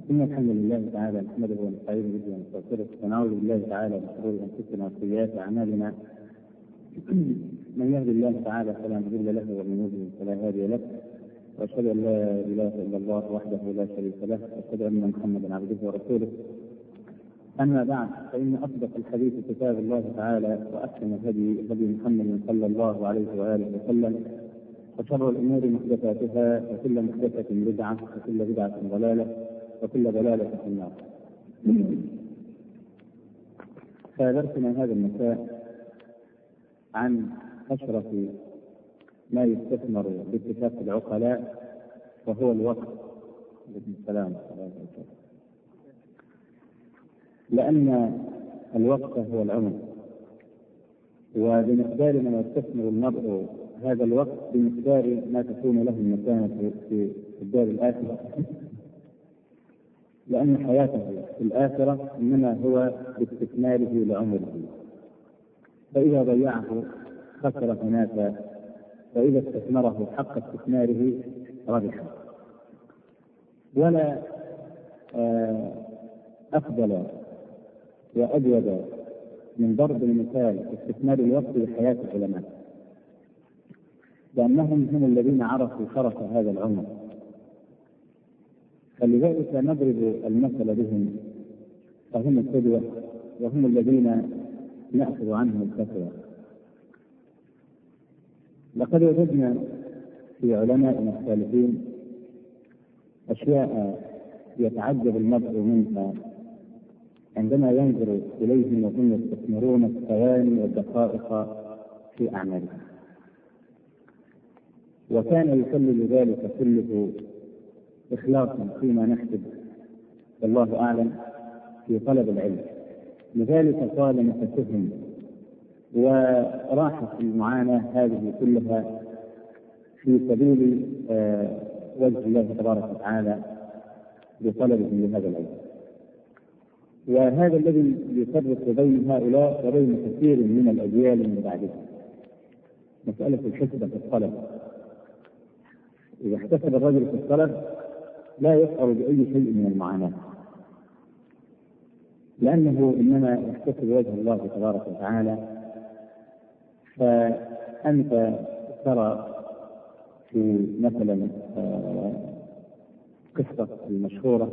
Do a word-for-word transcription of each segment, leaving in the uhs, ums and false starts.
إن الحمد لله تعالى نحمده ونستعينه به ونستغفره ونعوذ بالله تعالى من شرور أنفسنا وسيئات أعمالنا. من يهد الله تعالى فلا مضل له ومن يضلل فلا هادي له، وأشهد أن لا إله إلا الله وحده لا شريك له، وأشهد أن محمدا عبده ورسوله. أما بعد، فإن أصدق الحديث كتاب الله تعالى، وأحسن الهدي هدي محمد صلى الله عليه وآله وسلم، وشر الأمور محدثاتها، وكل محدثة بدعة، وكل بدعة ضلالة، وكل ضلالة في النار. فدرسنا هذا المساء عن أشرف ما يستثمر باتفاق العقلاء، وهو الوقت. عليكم السلام. لأن الوقت هو العمر، وبمقدار ما يستثمر المرء هذا الوقت بمقدار ما تكون له المكانة في الدار الآخرة، لأن حياته في الآخرة إنما هو باستثماره لعمره، فإذا ضيعه خسر هناك، وإذا استثمره حق استثماره ربح. ولا أفضل وأجود من ضرب المثال استثمار الوقت بحياة العلماء، لأنهم هم الذين عرفوا شرف هذا العمر، فلذلك نضرب المثل بهم، فهم القدوة وهم الذين نأخذ عنهم الفتوى. لقد وجدنا في علمائنا السالفين أشياء يتعجب المرء منها عندما ينظر إليهم وهم يستثمرون الثواني والدقائق في أعمالهم، وكان يكلل ذلك كله إخلاصا فيما نحسب والله أعلم في طلب العلم. لذلك قال نفسهم وراحت المعاناة هذه كلها في سبيل آه وجه الله تبارك وتعالى بطلبهم لهذا العلم. وهذا الذي يفرق بين هؤلاء وبين كثير من الأجيال من بعدهم مسألة الحسبة في الطلب. إذا احتسب الرجل في الطلب لا يشعر بأي شيء من المعاناة، لأنه إنما يحتسب وجه الله تبارك وتعالى. فأنت ترى في مثلا قصة المشهورة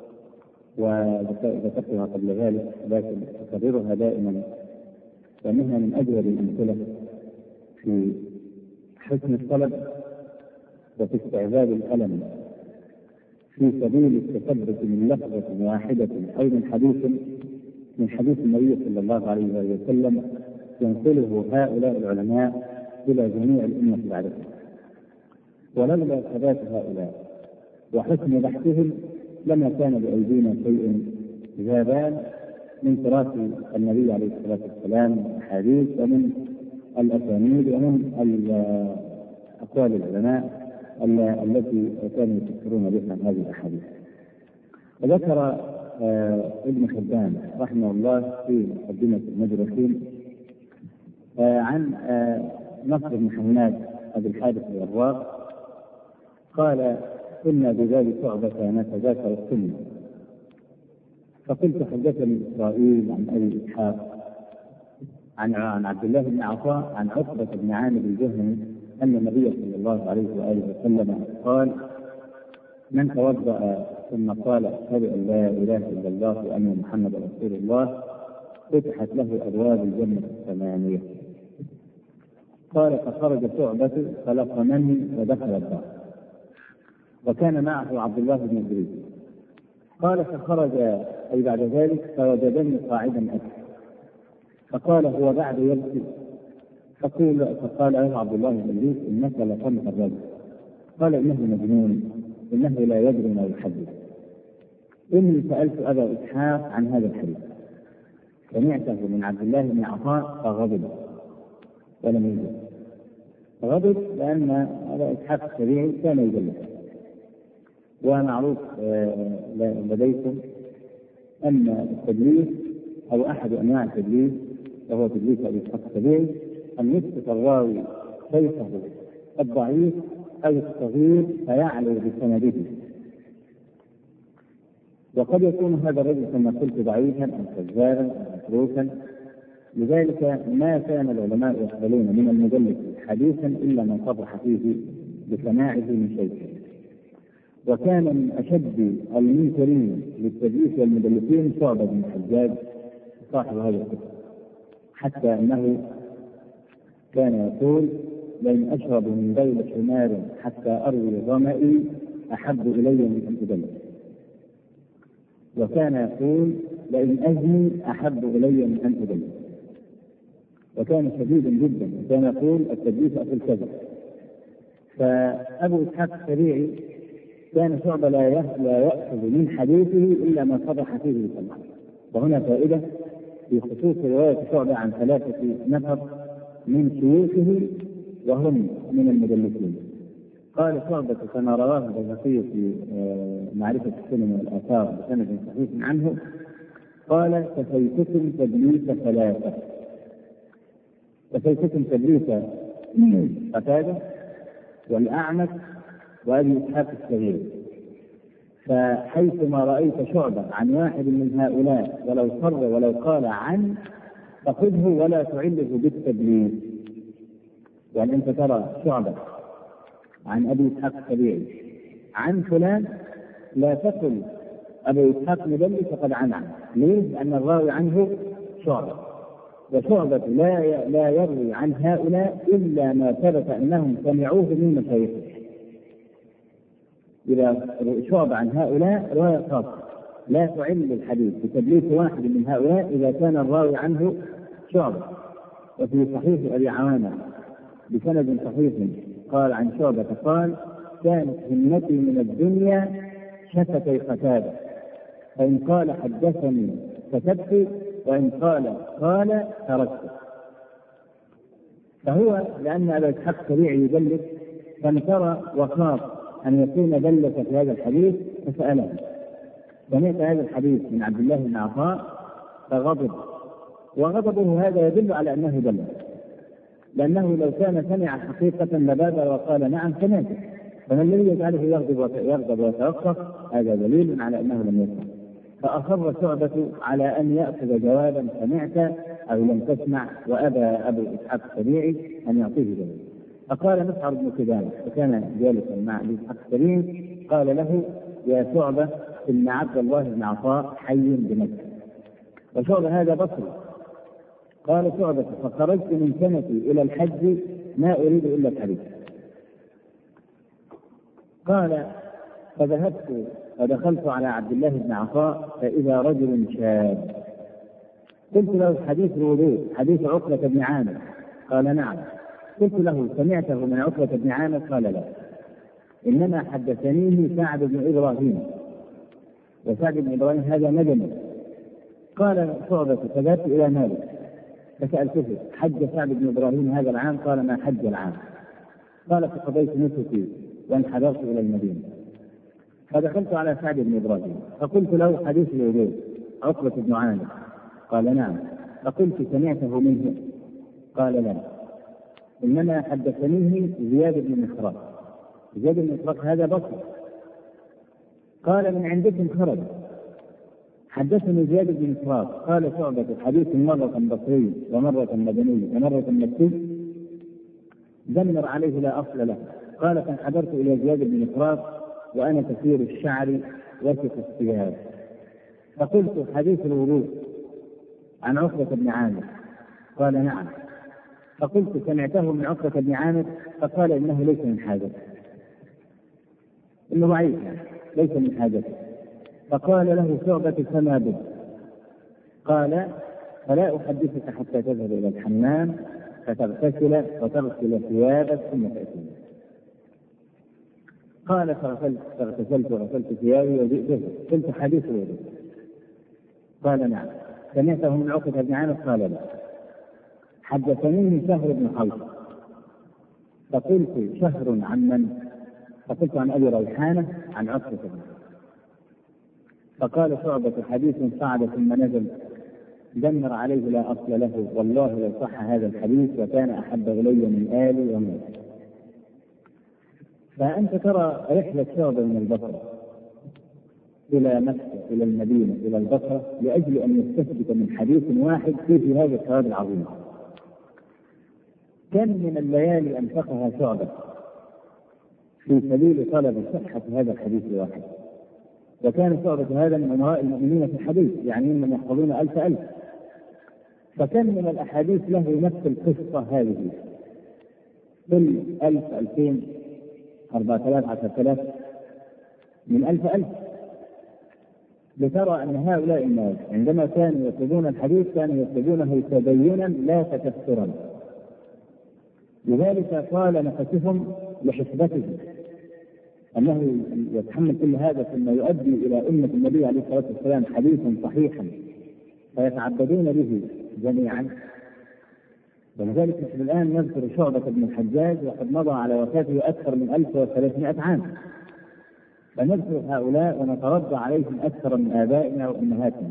وذكرتها قبل ذلك، لكن أكررها دائما لأنها من أجود الأمثلة في حسن الطلب وفي استعداد الألم في سبيل التثبت من لفظة واحدة أو من حديث من حديث النبي صلى الله عليه وسلم ينقله هؤلاء العلماء إلى جميع الأمة بعدهم. ولولا ثبات هؤلاء وحسن بحثهم لما كان بأيدينا شيء ذابان من تراث النبي عليه الصلاة والسلام من الأحاديث ومن الأسانيد ومن أقوال العلماء التي كانوا يفسرون بها هذه الأحاديث. وذكر آه ابن حبان رحمه الله في مقدمة المجرحين آه عن آه نصر بن حماد أبي الحارث الوراق قال: كنا بذلك شعبة نتذاكر السنة، فقلت: حدثني إسرائيل عن أبي إسحاق عن عن عبد الله بن عطاء عن عقبة بن عامر الجهني أن النبي صلى الله عليه وآله وسلم قال: من توضأ ثم قال أشهد أن لا إله إلا الله وأن محمد رسول الله فتحت له أبواب الجنة الثمانية. قال: فخرج شعبة فلقمني ودخل الدار، وكان معه عبد الله بن إدريس. قال: فخرج أي بعد ذلك فوجدني قاعدا أبكي، فقال: هو بعد يبكي؟ فقال فقال له عبد الله بن إدريس: إنك لتمت الرجل. قال: إنه مجنون، إنه لا يدري ما يحدث. إني سألت أبا إسحاق عن هذا الحديث، سمعته من عبد الله بن عطاء فغضب ولم يجد. غضب لأن أبا إسحاق السبيعي كان يجلس، ومعروف لديكم أن التدليس أو أحد أنواع التدليس وهو تدليس أبي إسحاق السبيعي أن يسقط الراوي شيخه الضعيف أو الصغير فيعلو بسنده، وقد يكون هذا الرجل كما قلت ضعيفا أو كذابا أو متروكا، لذلك ما كان العلماء يقبلون من المدلس حديثا إلا من صرح فيه بسماعه من شيخ. وكان من أشد المنكرين للتدليس والمدلسين شعبة بن الحجاج صاحب هذا الكتاب، حتى أنه كان يقول: لن أشرب من بول حمار حتى أروي ظمئي أحب إلي من أن أدلس. وكان يقول: لئن أزني أحب إلي من أن أدلس. وكان شديدا جدا، وكان يقول: التدليس أخو الكذب. فأبو إسحاق السبيعي كان شعبة لا يأخذ من حديثه إلا ما صرح فيه بسماعه. وهنا فائدة في خصوص رواية شعبة عن ثلاثة نفر من شيوخه وهم من المدلسين. قال شعبة كما رواه البيهقي في معرفة السنن والآثار بسند صحيح عنه، قال: كفيتكم تدليس ثلاثة. كفيتكم تدليس قتادة والأعمش وأبي إسحاق الصغير. فحيثما رأيت شعبة عن واحد من هؤلاء ولو صر ولو قال عن فخذه ولا تعله بالتدليس. يعني أنت ترى شعبة عن أبي إسحاق السبيعي عن فلان، لا تقل أبي إسحاق مدلس فقد عن عنه. ليه؟ لأن الراوي عنه شعبة، وشعبة لا لا يروي عن هؤلاء إلا ما ثبت أنهم سمعوه من مشايخه. إذا شعبة عن هؤلاء رواية خاصة، لا تعل الحديث بتدليس واحد من هؤلاء إذا كان الراوي عنه شعبة. وفي صحيح أبي عوانة بسند صحيح قال عن شعبة قال: كانت همتي من الدنيا شفتي قتادة، فإن قال حدثني كتبت، وإن قال قال تركت. فهو لأن أبا إسحاق السبيعي يدلس فانكر وخاف أن يكون دلس في هذا الحديث فسأله. سمعت هذا الحديث من عبد الله بن عطاء فغضب، وغضبه هذا يدل على أنه دلس، لأنه لو كان سمع حقيقة لبادر وقال نعم سمعت. فما الذي يجعله يغضب يغضب ويتوقف؟ هذا دليل على أنه لم يسمع. فأصر شعبة على أن يأخذ جوابا سمعت أو لم تسمع، وأبى أبو إسحاق السبيعي أن يعطيه دليل. فقال مسعر بن كدامة، وكان جالسا مع أبي إسحاق السبيعي، قال له: يا شعبة إن عبد الله بن عطاء حي بمكة. وشعبة هذا بصري. قال شعبة: فخرجت من سنتي إلى الحج ما أريد إلا الحديث. قال: فذهبت فدخلت على عبد الله بن عطاء فإذا رجل شاب. قلت له: حديث الوضوء حديث عقبة بن عامر؟ قال: نعم. قلت له: سمعته من عقبة بن عامر؟ قال: لا، إنما حدثنيه سعد بن إبراهيم، وسعد بن إبراهيم هذا مدني. قال شعبة: فذهبت إلى مالك فسألته: حج سعد بن إبراهيم هذا العام؟ قال: ما حج العام. قال: فقضيت نسكي وانحدرت إلى المدينة. فدخلت على سعد بن إبراهيم فقلت له: حديث الوضوء عقبة بن عامر؟ قال: نعم. فقلت: سمعته منه؟ قال: لا، إنما حدثنيه زياد بن مخراق. زياد بن مخراق هذا بصري. قال: من عندكم خرج. حدثني زياد بن مخراق. قال شعبة: حديث مرة بصري ومرة مدني ومرة مكي دمر عليه لا أصل له. قال: فانحدرت إلى زياد بن مخراق وأنا كثير الشعر وسخ الثياب. فقلت: حديث الوضوء عن عقبة بن عامر؟ قال: نعم. فقلت: سمعته من عقبة بن عامر؟ فقال: إنه ليس من حاجته، إنه ضعيف ليس من حاجته. فقال له شعبة: فما بد؟ قال: فلا أحدثك حتى تذهب إلى الحمام فتغتسل وتغسل ثيابك ثم تأتي. قال: فاغتسلت وغسلت ثيابي وجئت. قلت: حديث الوضوء؟ قال: نعم. سمعته من عقبة بن عامر؟ قال: لا. حدثني شهر بن حوشب. فقلت: شهر عن من؟ فقلت: عن أبي ريحانة عن عقبة بن عامر. فقال شعبة: حديث صعد ثم نزل دمر عليه لا أصل له، والله لو صح هذا الحديث وكان أحب إلي من آلي ومن. فأنت ترى رحلة شعبة من البصرة إلى مكة إلى المدينة إلى البصرة لأجل أن يستثبت من حديث واحد فيه هذا الثواب العظيم. كم من الليالي أنفقها شعبة في سبيل طلب صحة هذا الحديث الواحد، وكان شعبة هذا من أمراء المؤمنين في الحديث، يعني من يحفظون ألف ألف. فكم من الأحاديث له نفس القصة هذه، كل ألف ألفين أربعة آلاف عشرة آلاف من ألف ألف. لترى أن هؤلاء الناس عندما كانوا يطلبون الحديث كانوا يطلبونه تبينا لا تكثرا، لذلك قال نفسهم لحسبته أنه يتحمل كل هذا ثم يؤدي إلى أمة النبي عليه الصلاة والسلام حديثا صحيحا فيتعبدون به جميعا. ولذلك نحن الآن نذكر شعبة بن الحجاج وقد مضى على وفاته أكثر من ألف وثلاثمائة عام، فنذكر هؤلاء ونترضى عليهم أكثر من آبائنا وأمهاتنا.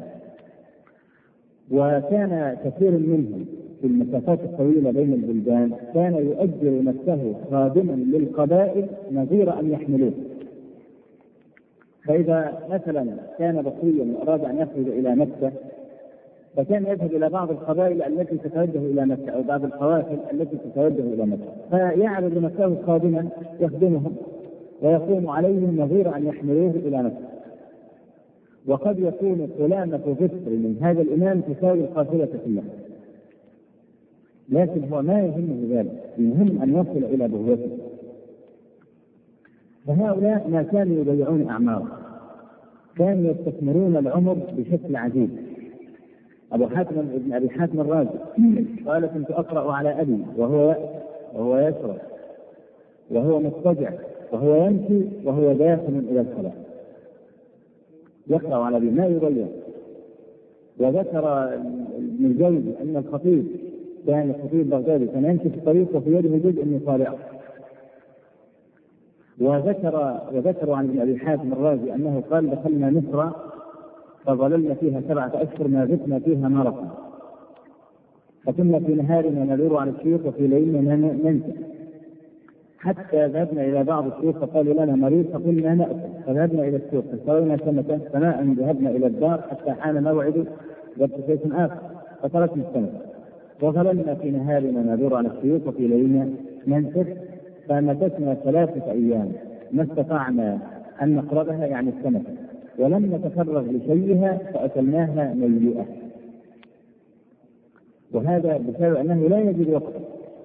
وكان كثير منهم في المسافات الطويلة بين البلدان كان يؤجر نفسه خادما للقبائل نظير أن يحملوه. فإذا مثلا كان بصريا وأراد أن يخرج إلى مكة فكان يذهب إلى بعض القبائل التي تتوجه إلى مكة أو بعض القوافل التي تتوجه إلى مكة، فيعرض نفسه خادما يخدمهم ويقوم عليهم نظير أن يحملوه إلى مكة. وقد يكون سلامة ذكر من هذا الإمام تساوي القافلة كلها، لكن هو ما يهمه ذلك، المهم أن يصل إلى بغيته. فهؤلاء ما كانوا يضيعون أعمارهم، كانوا يستثمرون العمر بشكل عجيب. أبو حاتم ابن أبي حاتم الرازي قال كنت أقرأ على أبي وهو وهو يشرب وهو مضطجع وهو يمشي وهو داخل إلى الصلاة، يقرأ على أبي ما يضيع. وذكر ابن الجوزي أن الخطيب كان الخطيب بغدادي كان يمشي في الطريق وفي يده جزء من صالحه. وذكر وذكر عن ابن أبي حاتم الرازي أنه قال دخلنا مصر فظللنا فيها سبعة أشهر ما زدنا فيها مرضا، فكنا في نهارنا ندور على الشيوخ وفي ليلنا ننسى، حتى ذهبنا إلى بعض الشيوخ فقالوا لنا مريض فقلنا نأكل، فذهبنا إلى السوق فاشترينا سمكة فماء ذهبنا إلى الدار حتى حان موعد ضبط شيء آخر فتركنا السمكة، وظللنا في نهارنا ندور على الشيوخ وفي ليلنا ننسى، فمكثنا ثلاثة أيام ما استطعنا أن نقربها يعني السمكة، ولم نتفرغ لشيئها فأكلناها ميئة. وهذا بسبب أنه لا يجد وقت.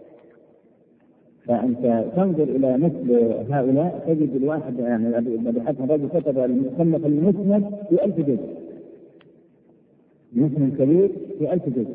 فأنت تنظر إلى مثل هؤلاء تجد الواحد يعني أبي حاتم الرازي كتب المصنف المسند في ألف جزء، مسند كبير في ألف جزء،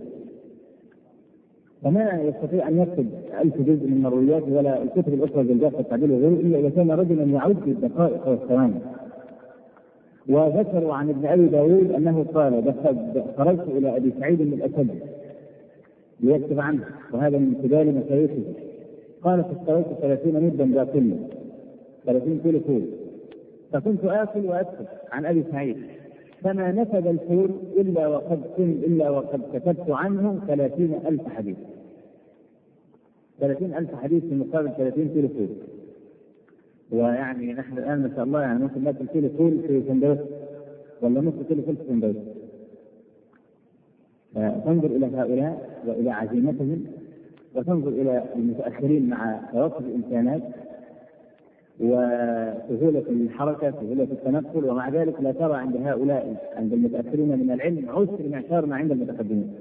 فما يستطيع أن يكتب ألف جزء من المرويات ولا الكتب الأخرى زي التعديل وغيره إلا إذا كان رجلا يعد بالدقائق والثواني. وذكروا عن ابن أبي داود أنه قال خرجت إلى أبي سعيد بن الأسد ليكتب عنه، وهذا من كبار مشايخه. قال فاستويت ثلاثين مدا باقلا ثلاثين كيلو فول، فكنت آكل وأكتب عن أبي سعيد فما نفذ الفول إلا وقد إلا وقد كتبت عنه ثلاثين ألف حديث، ثلاثين ألف حديث في مقابل ثلاثين كيلو فول. ويعني نحن الآن ما شاء الله يعني ممكن ناكل كيلو فول في سندوتش ولا نصف كيلو فول في سندوتش. فانظر إلى هؤلاء وإلى عزيمتهم، وتنظر إلى المتأخرين مع توفر الإمكانات وسهولة الحركة سهولة التنقل، ومع ذلك لا ترى عند هؤلاء عند المتأخرين من العلم عسر معشار ما عند المتقدمين.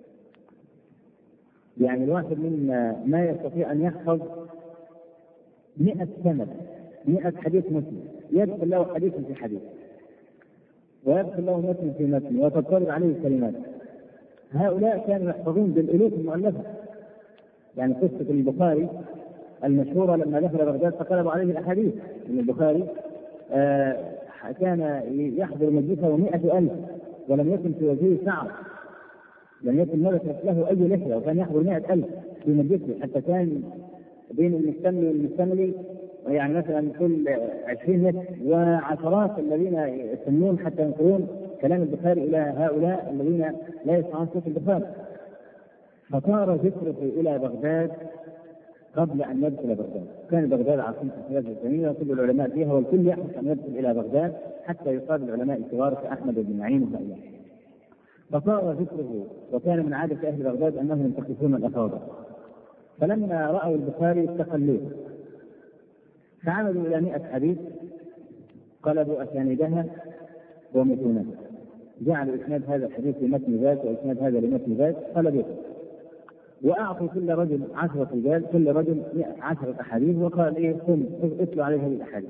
يعني الواحد منا ما يستطيع أن يحفظ مئة سنة مئة حديث مسلم، يدخل له حديث في حديث ويدخل له متن في متن وتضطرب عليه الكلمات. هؤلاء كانوا يحفظون بالألوف المؤلفة. يعني قصة البخاري المشهورة لما دخل بغداد فقلبوا عليه الأحاديث من البخاري، آه كان يحضر مجلسه مئة ألف ولم يكن في وجهه شعر، لم يكن نبتت له أي لحية، وكان يحضر مئة ألف في مجلسه، حتى كان بين المستملي والمستملي يعني مثلا كل عشرين متر، وعشرات الذين يسمون حتى ينقلون كلام البخاري إلى هؤلاء الذين لا يسمعون صوت البخاري. فطار ذكره إلى بغداد قبل أن يدخل بغداد. كان بغداد عاصمة الخلافة الإسلامية وكل العلماء فيها، والكل يحرص أن يدخل إلى بغداد حتى يقابل العلماء الكبار كأحمد بن معين وغيره. فصار ذكره، وكان من عادة أهل بغداد أنهم ينتقصون الأفاضل، فلما رأوا البخاري استقلوه فعملوا إلى مئة حديث قلبوا أسانيدها ومتونها، جعلوا إسناد هذا الحديث لمتن ذات وإسناد هذا لمتن ذات قلبوه، وأعطوا كل رجل عشرة رجال كل رجل عشرة أحاديث وقال إيه قم اطلع عليه هذه الأحاديث.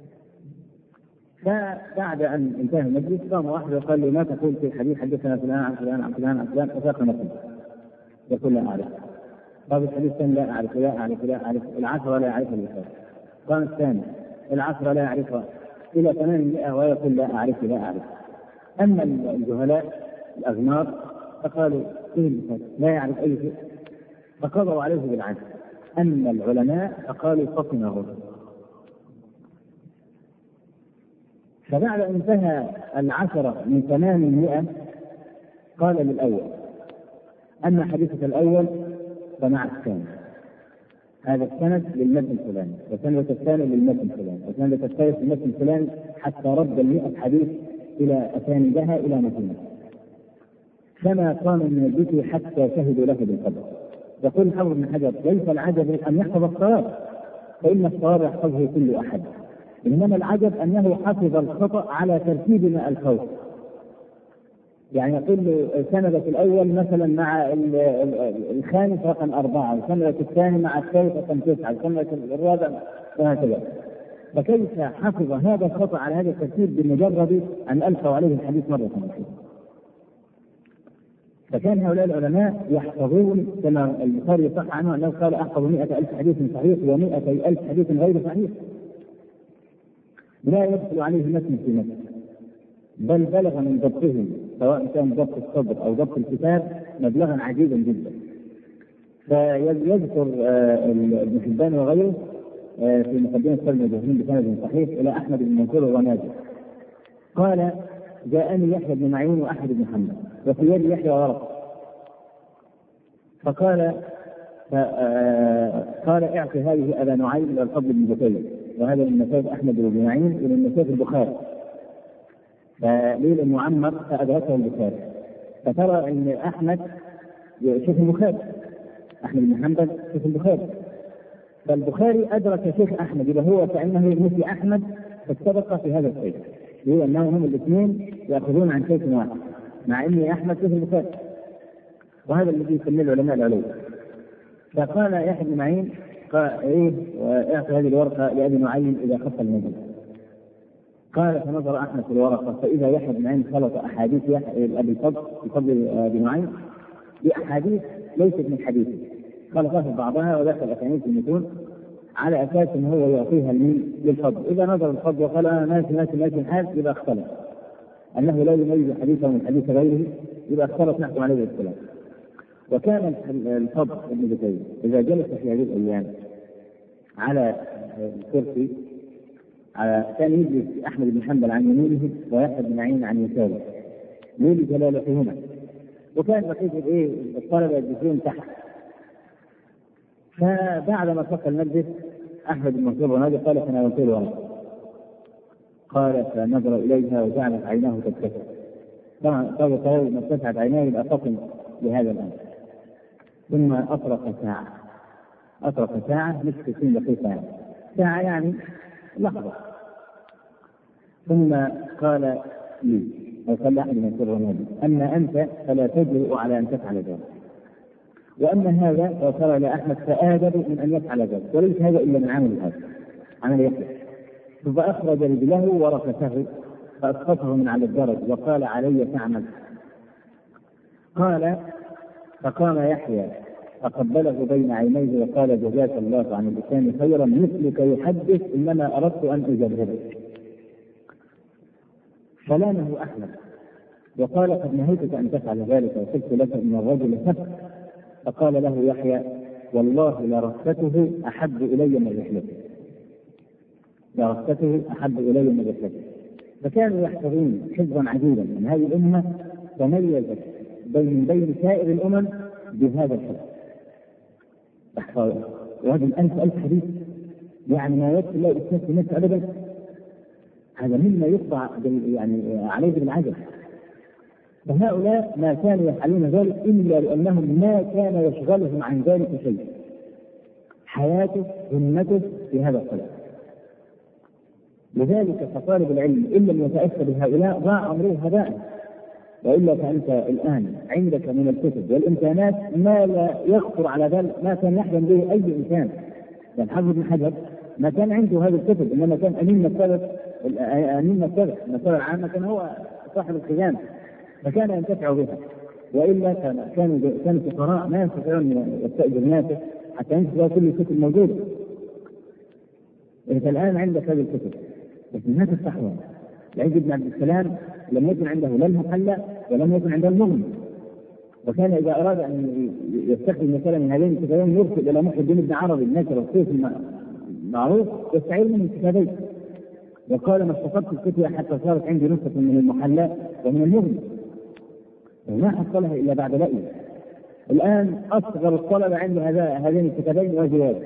فبعد أن انتهى المجلس قام واحد وقال له ما تقول في الحديث حدثنا فلان عن فلان عن فلان عن فلان وساق مثلا، يقول لا أعرف. قال الحديث الثاني لا أعرف لا أعرف لا أعرف، العشرة لا يعرفها البخاري. قال الثاني العشرة لا يعرفها إلى ثمانمائة ويقول لا أعرف لا أعرف. أما الجهلاء الأغمار فقالوا إيه لا يعرف أي شيء، فقضوا عليه بالعدل. أما العلماء فقالوا فطنه. فبعد أن انتهى العشرة من ثمانمائة قال للأول أما حديثك الأول فمع الثاني، هذا السند للمتن الفلاني، وسند الثاني للمتن الفلاني، وسند الثالث للمتن الفلاني، حتى رد المئة حديث إلى أساندها إلى متنها. فما قام من الذكر حتى شهدوا له بالقدر. يقول حافظ بن حجر ليس العجب أن يحفظ الصواب، فإن الصواب يحفظه كل أحد، إنما العجب أنه حفظ الخطأ على ترتيب ما الخوف. يعني يقول سندك الأول مثلا مع الخامس رقم أربعة، وسندك الثاني مع الثالث رقم تسعة، وسندك الرابع وهكذا. فكيف حفظ هذا الخطأ على هذا الترتيب بمجرد أن ألقوا عليه الحديث مرة واحدة؟ فكان هؤلاء العلماء يحفظون كما البخاري صح عنه أنه قال أحفظ مئة ألف حديث صحيح ومئة ألف حديث غير صحيح، لا يدخل عليه متن في متن، بل بلغ من ضبطهم سواء كان ضبط الصدر أو ضبط الكتاب مبلغا عجيبا جدا. فيذكر ابن حبان وغيره في مقدمة سلم الجهمين بسند صحيح إلى أحمد بن منصور الرمادي قال جاءني يحيى بن معين وأحمد بن محمد وفي يد يحيى ورقة، فقال قال اعطي هذه أبا نعيم إلى الفضل بن بكير، وهذا من مسائل أحمد بن معين إلى مسائل البخاري، فليل المعمر فأدركه البخاري. فترى أن أحمد شيخ البخاري، أحمد بن محمد شيخ البخاري، فالبخاري أدرك شيخ أحمد إذا هو فإنه مثل أحمد فاتفق في هذا الشيء، هو أنهم الاثنين يأخذون عن شيخ واحد، مع أن أحمد شيخ البخاري، وهذا الذي يسميه العلماء العلوي. فقال يحيى بن معين قال إيه واعطي هذه الورقة لأبي نعيم إذا خف المجلس. قال فنظر أحمد في الورقة فإذا يحيى بن معين خلط أحاديث أبي الفضل بفضل أبي نعيم بأحاديث ليست من حديثه، خلطها في بعضها ودخل أسانيد في المتون على أساس أنه هو يعطيها للفضل. إذا نظر الفضل وقال أنا ناسي ناسي ناسي الحال إذا اختلف أنه لا يميز حديثه من حديث غيره، إذا اختلف نحكم عليه بالاختلاف. وكان الفضل ابن بكير إذا جلس في هذه الأيام على الكرسي كان يجلس أحمد بن حنبل عن يمينه ويحيى بن معين عن يساره لجلالتهما، وكان بقية الايه الطلبة يجلسون تحت. فبعد ما صف المجلس أحمد بن منصور هذا قال فناولته ورقة، قال فنظر إليها وجعلت عيناه تتسع، طبعا قال قال ما اتسعت عيناه إلى فطن لهذا الأمر، ثم أطرق ساعة أطرق ساعة نصف سنين دقيقة ساعة يعني لحظة، ثم قال لي أو قال أحد من سر النبي أما أنت فلا تجرؤ على أن تفعل ذلك، وأما هذا وصار إلى أحمد فآدب من أن يفعل ذلك، وليس هذا إلا من عمل هذا عمل يحيى. ثم أخرج رجله ورقته فأسقطه من على الدرج وقال علي تعمل. قال فقام يحيى فقبله بين عينيه وقال جزاك الله عن الإسلام خيرا مثلك يحدث إنما أردت أن أجربك. فلامه أحمد وقال قد نهيتك أن تفعل ذلك وقلت لك إن الرجل سبق. فقال له يحيى والله لرفته أحب إلي من رحلته، لرفته أحب إلي من رحلته. فكانوا يحفظون حفظا عجيبا من هذه الأمة تميزت بين بين سائر الأمم بهذا الحفظ. وهذا الألف ألف حديث يعني ما يكفي الله الإسناد في نفسه أبدا. هذا مما يقطع يعني عليه بالعجل. فهؤلاء ما كانوا يفعلون ذلك إلا لأنهم ما كان يشغلهم عن ذلك شيء، حياته همته في هذا الطلب. لذلك فطالب العلم إن لم يتأثر بهؤلاء ضاع أمره هباء. وإلا فأنت الآن عندك من الكتب والإمكانات ما لا يخطر على بال ما كان يحلم به أي إنسان. يعني حافظ بن حجر ما كان عنده هذه الكتب، إنما كان أمين مكتبة أمين مكتبة المكتبة العامة، كان هو صاحب الخزانة فكان ينتفع بها. وإلا كان كانوا كانوا الفقراء ما يستطيعون يستأجر ناسه حتى ينشر كل الكتب الموجودة. أنت الآن عندك هذه الكتب لكن ما تفتحها. العز بن عبد السلام لم يكن عنده لا المحلى ولم يكن عنده المغني، وكان إذا أراد أن يستخدم مثلا من هذين الكتابين يرسل إلى محي الدين بن عربي الناصر الصوفي المعروف يستعير منه الكتابين. وقال ما استفدت الكتب حتى صارت عندي نسخة من المحلى ومن المغني، وما حصلها إلا بعد لأي. الآن أصغر الطلبة عند هذين الكتابين وزياد.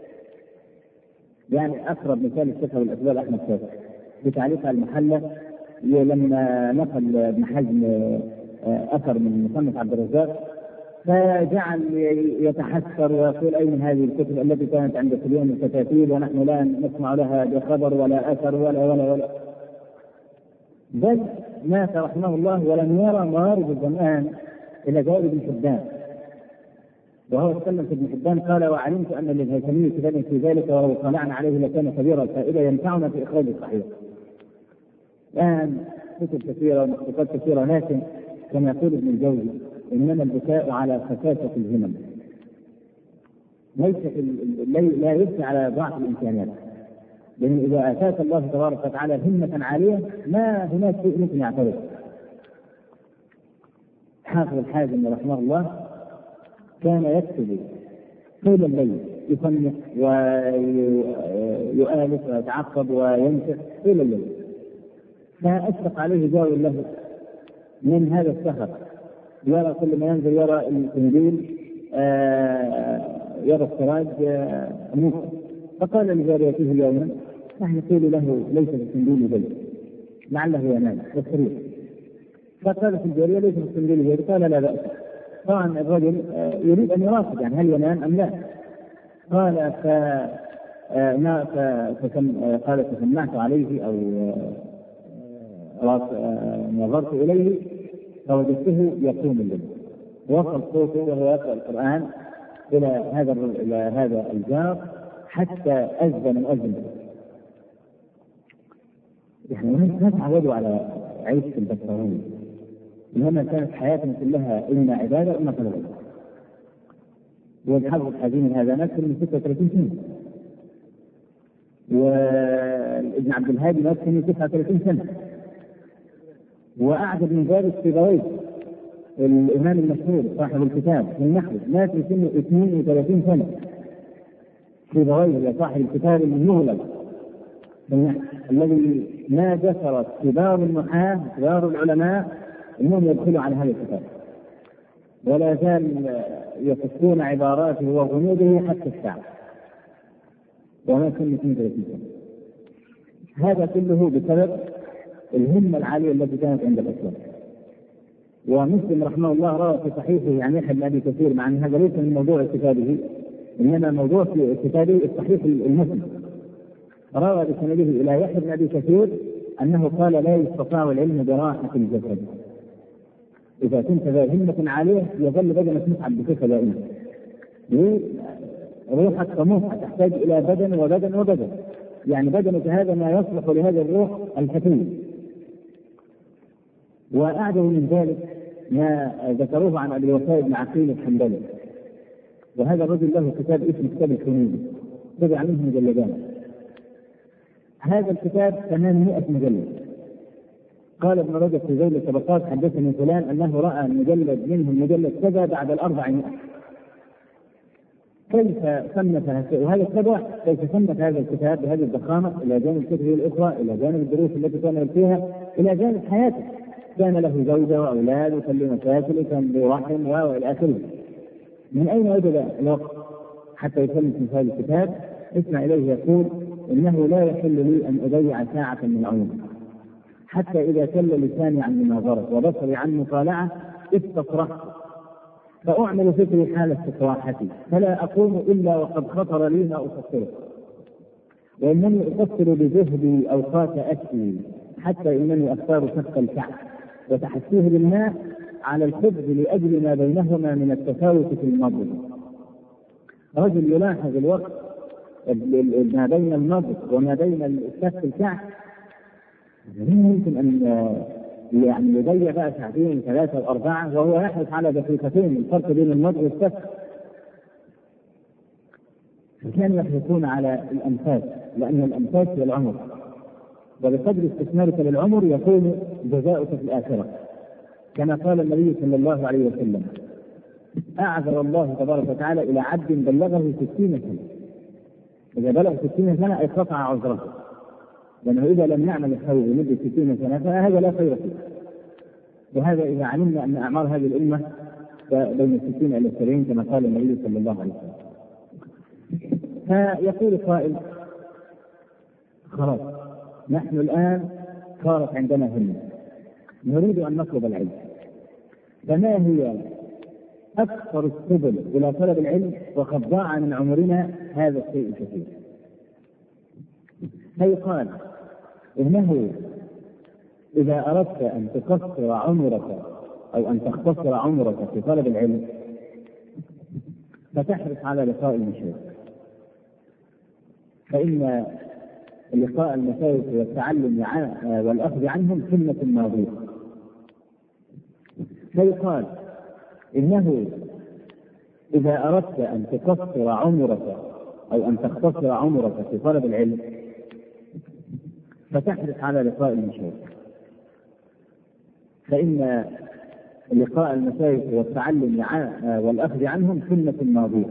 يعني أقرب مثال الشيخ والأسباب أحمد شاكر في تعليق على المحلى لما نقل ابن حزم أثر من مصنف عبد الرزاق فجعل يتحسر ويقول أين هذه الكتب التي كانت عند سليمان الكتاتيب ونحن لا نسمع لها بخبر ولا أثر ولا ولا ولا بل مات رحمه الله ولم يرى موارد الزمان إلى جواب ابن حبان. وهو تكلم في ابن حبان قال وعلمت أن للهيثمي كتابا في ذلك ولو طلعنا عليه لكان كبيرا الفائدة ينفعنا في إخراج الصحيح. الآن كتب كثيرة ومخطوطات كثيرة، لكن كما يقول ابن الجوزي إنما البكاء على خفافة الهمم، ليس لا يبكي على ضعف الإمكانيات. لأن إذا آتاك الله تبارك وتعالى همة عالية ما هناك شيء ممكن يعترض. حافظ الحازم رحمه الله كان يكتب طول الليل يصنف ويؤلف ويتعقب وينشر طول الليل، فأشفق عليه جار له من هذا السهر، يرى كل ما ينزل يرى القنديل يرى السراج موسى، فقال لجاريته يوما نحن نقول له ليس في القنديل بيت لعله ينام والسرير، فقالت الجارية ليس في القنديل بيت، قال لا بأس. طبعا الرجل يريد أن يراقب يعني هل ينام أم لا. قال ف ما قال فسمعت عليه أو نظرت إليه فوجدته يقوم الليل، وصل صوته وهو يقرأ القرآن إلى هذا إلى هذا الجار حتى أذن مؤذن. يعني ما تعودوا على عيش في البشرية، إنما كانت حياتنا كلها إما عبادة وإما طلب. والحظ الحزين هذا نفسه من ستة وثلاثين سنة، وابن عبد الهادي نفسه من تسعة وثلاثين سنة، وأعجب من ذلك سيبويه الإمام المشهور صاحب الكتاب في النحو مات في سن اثنين وثلاثين سنة. سيبويه صاحب الكتاب المغلق الذي ما جسرت كبار النحاة كبار العلماء انهم يدخلوا على هذا الكتاب، ولا زال يفسرون عباراته وغموضه حتى الساعة، وما كان اثنين وثلاثين سنة. هذا كله بسبب الهمة العالية التي كانت عند الإسلام. ومسلم رحمه الله روى في صحيحه عن يحيى بن أبي كثير، مع أن هذا ليس من موضوع كتابه إنما موضوع في كتابه الصحيح المسلم، روى بسنده إلى يحيى بن أبي كثير أنه قال لا يستطاع العلم براحة الجسد، إذا كنت ذا همة عالية يظل بدنك متعب بك دائما، روحك طموحة تحتاج إلى بدن وبدن وبدن، يعني بدنك هذا ما يصلح لهذا الروح الفتي. وأعجب من ذلك ما ذكروه عن أبي الوفاء بن عقيل الحنبلي، وهذا الرجل له كتاب اسمه كتاب الكنوز تبع منه مجلدان. هذا الكتاب ثمانمائة مجلد. قال ابن رجب في ذيل الطبقات حدثني فلان أنه رأى مجلد منه المجلد كذا بعد الأربعمائة. كيف صنف وهذا السبع كيف صنف هذا الكتاب بهذه الضخامة إلى جانب كتبه الأخرى، إلى جانب الدروس التي كان يلقيها، إلى جانب حياته، كان له زوجة وأولاد وكان له مشاكل وكان له رحم وإلى آخره. من أين وجد الوقت حتى يسلم في هذا الكتاب اسمع إليه يقول إنه لا يحل لي أن أضيع ساعة من عمري حتى إذا كل لساني عن مناظرة وبصري عن مطالعة استصرخت فأعمل فكري حال استطراحتي فلا أقوم إلا وقد خطر لي ما أفكره، وإنني أفكر بذهبي أوقات أكلي حتى إنني أختار شق الكعب وتحسيه بالماء على الخبز لأجل ما بينهما من التفاوت في المضغ. رجل يلاحظ الوقت ما بين المضغ وما بين شق الكعب، لا يمكن أن يعني يضيع بقى ساعتين ثلاثة وأربعة وهو يحرص على دقيقتين الفرق بين المضغ والشق. فكانوا يحرصون على الأنفاس لأن الأنفاس هي العمر، وبقدر استثمارك للعمر يكون جزاؤك في الآخرة، كما قال النبي صلى الله عليه وسلم أعذر الله تبارك وتعالى إلى عبد بلغه ستين سنة، إذا بلغ ستين سنة أي قطع عذره، لأنه إذا لم يعمل الخير لمدة ستين سنة فهذا لا خير فيه. وهذا إذا علمنا أن أعمار هذه الأمة بين الستين إلى السبعين كما قال النبي صلى الله عليه وسلم. فيقول قائل خلاص نحن الآن صارت عندنا همة نريد أن نطلب العلم، فما هي أكثر السبل إلى طلب العلم وقد ضاع من عمرنا هذا الشيء الكثير؟ فيقال إنه إذا أردت أن تقصر عمرك أو أن تختصر عمرك في طلب العلم فتحرص على لقاء المشايخ، فإن لقاء المشايخ والتعلم والأخذ عنهم سنة ماضية. فيقال إنه إذا أردت أن تقصر عمرك أو أن تختصر عمرك في طلب العلم فتحرص على لقاء المشايخ، فإن لقاء المشايخ والتعلم والأخذ عنهم سنة ماضية،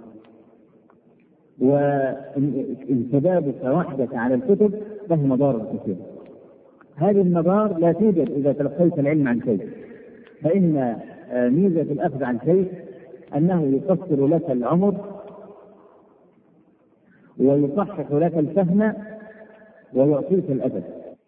وانتدابك وحدك على الكتب له مضار كثيرة. هذه المضار لا توجد إذا تلقيت العلم عن شيء، فإن ميزة الأخذ عن شيء أنه يقصر لك العمر ويصحح لك الفهم ويعطيك الأدب.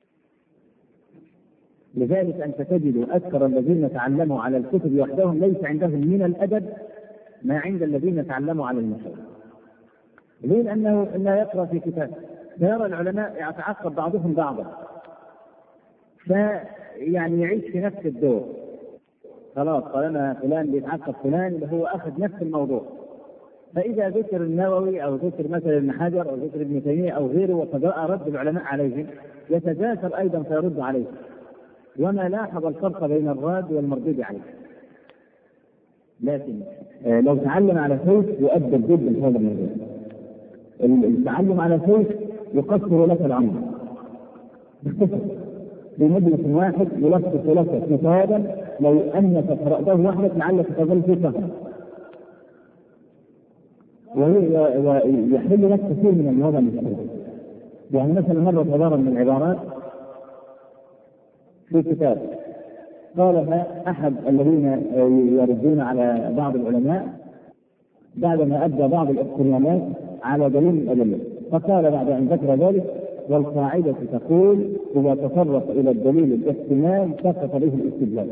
لذلك أنت تجد أكثر الذين تعلموا على الكتب وحدهم ليس عندهم من الأدب ما عند الذين تعلموا على المشايخ. ليه؟ لأنه لا يقرأ في كتاب، فيرى العلماء يتعقب بعضهم بعضا، فيعني يعيش في نفس الدور. خلاص طالما فلان بيتعقب فلان اللي هو أخذ نفس الموضوع، فإذا ذكر النووي أو ذكر مثلا ابن حجر أو ذكر ابن تيمية أو غيره وقد رد العلماء عليه يتجاسر أيضا فيرد عليه، وما لاحظ الفرق بين الراد والمردود عليه. لكن لو تعلم على شيء يؤدب جدا في هذا الموضوع. التعلم على شيء يقصر لك العمر، في مجلس واحد يلخص لك كتابا لو أنك قرأته وحدك لعلك تظل فيه شهر، ويحل لك كثير من الوضع المستقبل. يعني مثلا مرة عبارة من العبارات في كتاب قالها أحد الذين يردون على بعض العلماء بعدما أدى بعض الاحتمالات على دليل الأدلة، فقال بعد أن ذكر ذلك والقاعدة تقول إذا تطرق إلى الدليل الاحتمال سقط به الاستدلال.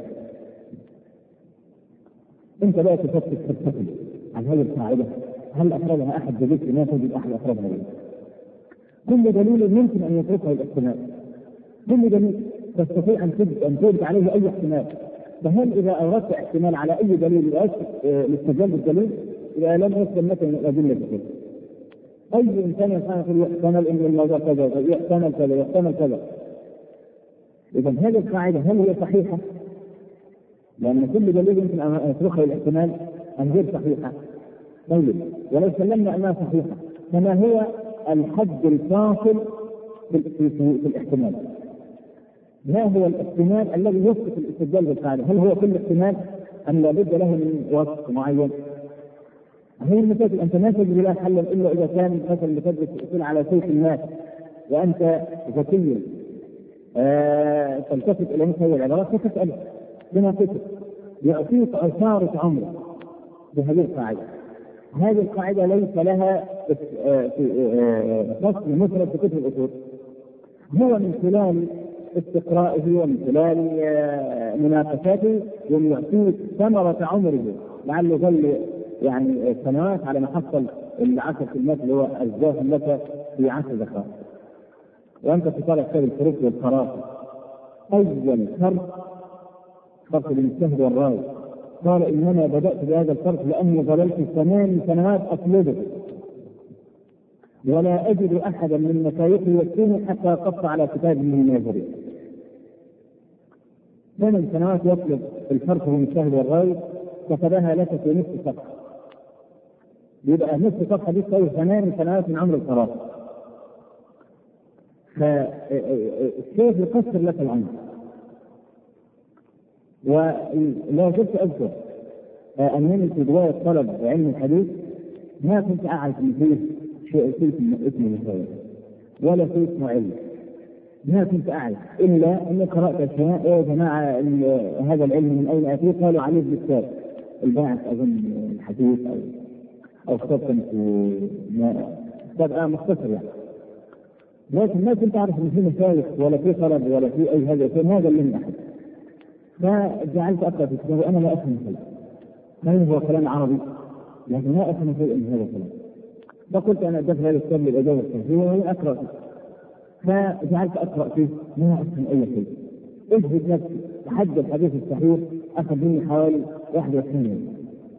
أنت لا تفكر تفكر عن هذه القاعدة، هل أفردها أحد بذكر؟ ما تجد أحد أفردها بذكر. كل دليل يمكن أن يتركه الاحتمال، كل دليل تستطيع أن تثبت عليه أي احتمال. فهل إذا أوردت احتمال على أي دليل الاستدلال بالدليل إذا لم يسلم لك من الأدلة بكثير؟ أي إنسان يحتمل أن الموضوع كذا يحتمل كذا يحتمل كذا. إذا هذه القاعدة هل هي صحيحة؟ لأن كل دليل يمكن أن يتركه الاحتمال أن غير صحيحة. طيب ولو سلمنا أنها صحيحة فما هو الحد الفاصل في, في, في, في الاحتمال؟ ما هو الاحتمال الذي يسقط الاستدلال بالقاعدة؟ هل هو كل احتمال أم لا بد له من وصف معين؟ هي المسائل أنت ما تجري لها حلا إلا إذا كان مثلا بتدرس أصول على سيف الناس وأنت ذكي آه تلتفت إلى مثل هذه العبارات فتسأله بما تكتب يعطيك عصارة عمر بهذه القاعدة. هذه القاعدة ليس لها فصل مفرد في كتب الأصول، هو من خلال استقرائه ومن خلال مناقشاته يعطيك ثمرة عمره، لعله ظل يعني سنوات على ما حصل العشر كلمات اللي هو الزاهم لك في عشر دقائق. وأنت في طالب كتاب الفروق والخرافة، أول فرق فرق المجتهد والراوي، قال إنما بدأت بهذا الفرق لأني ظللت ثمان سنوات أطلبه ولا أجد أحدا من مشايخي يكتبني حتى قص على كتاب من الناظرين. ثمان سنوات يطلب الفرق بين المجتهد والراوي، كتبها لك في نصف صفحة، يبقى نصف صفحة دي تساوي ثمان سنوات من عمر القرار. فالشيخ يقصر لك العمر. ولا زلت أذكر أنني في بداية طلب علم الحديث ما كنت أعرف أن فيه شيء اسمه مساوي ولا شيء اسمه علم، ما كنت أعرف إلا أني قرأت أشياء يا جماعة هذا العلم من أين أتيه؟ قالوا عليه بالكتاب الباعث أظن الحديث أو أو كتاب كتاب مختصر يعني، لكن ما كنت أعرف أن فيه مشايخ ولا فيه طلب ولا فيه أي هذا الشيء، هذا اللي من أحد. فجعلت أقرأ في الكتاب وأنا لا أفهم شيء، هل هو كلام عربي لكن لا أفهم شيء من هذا الكلام. فقلت أنا أدفع هذا الكتاب للإجابة الصحيحة وهي أقرأ فيه. فجعلت أقرأ فيه ما أفهم أي شيء، أجهد نفسي لحد الحديث الصحيح أخذ مني حوالي واحد وعشرين يوم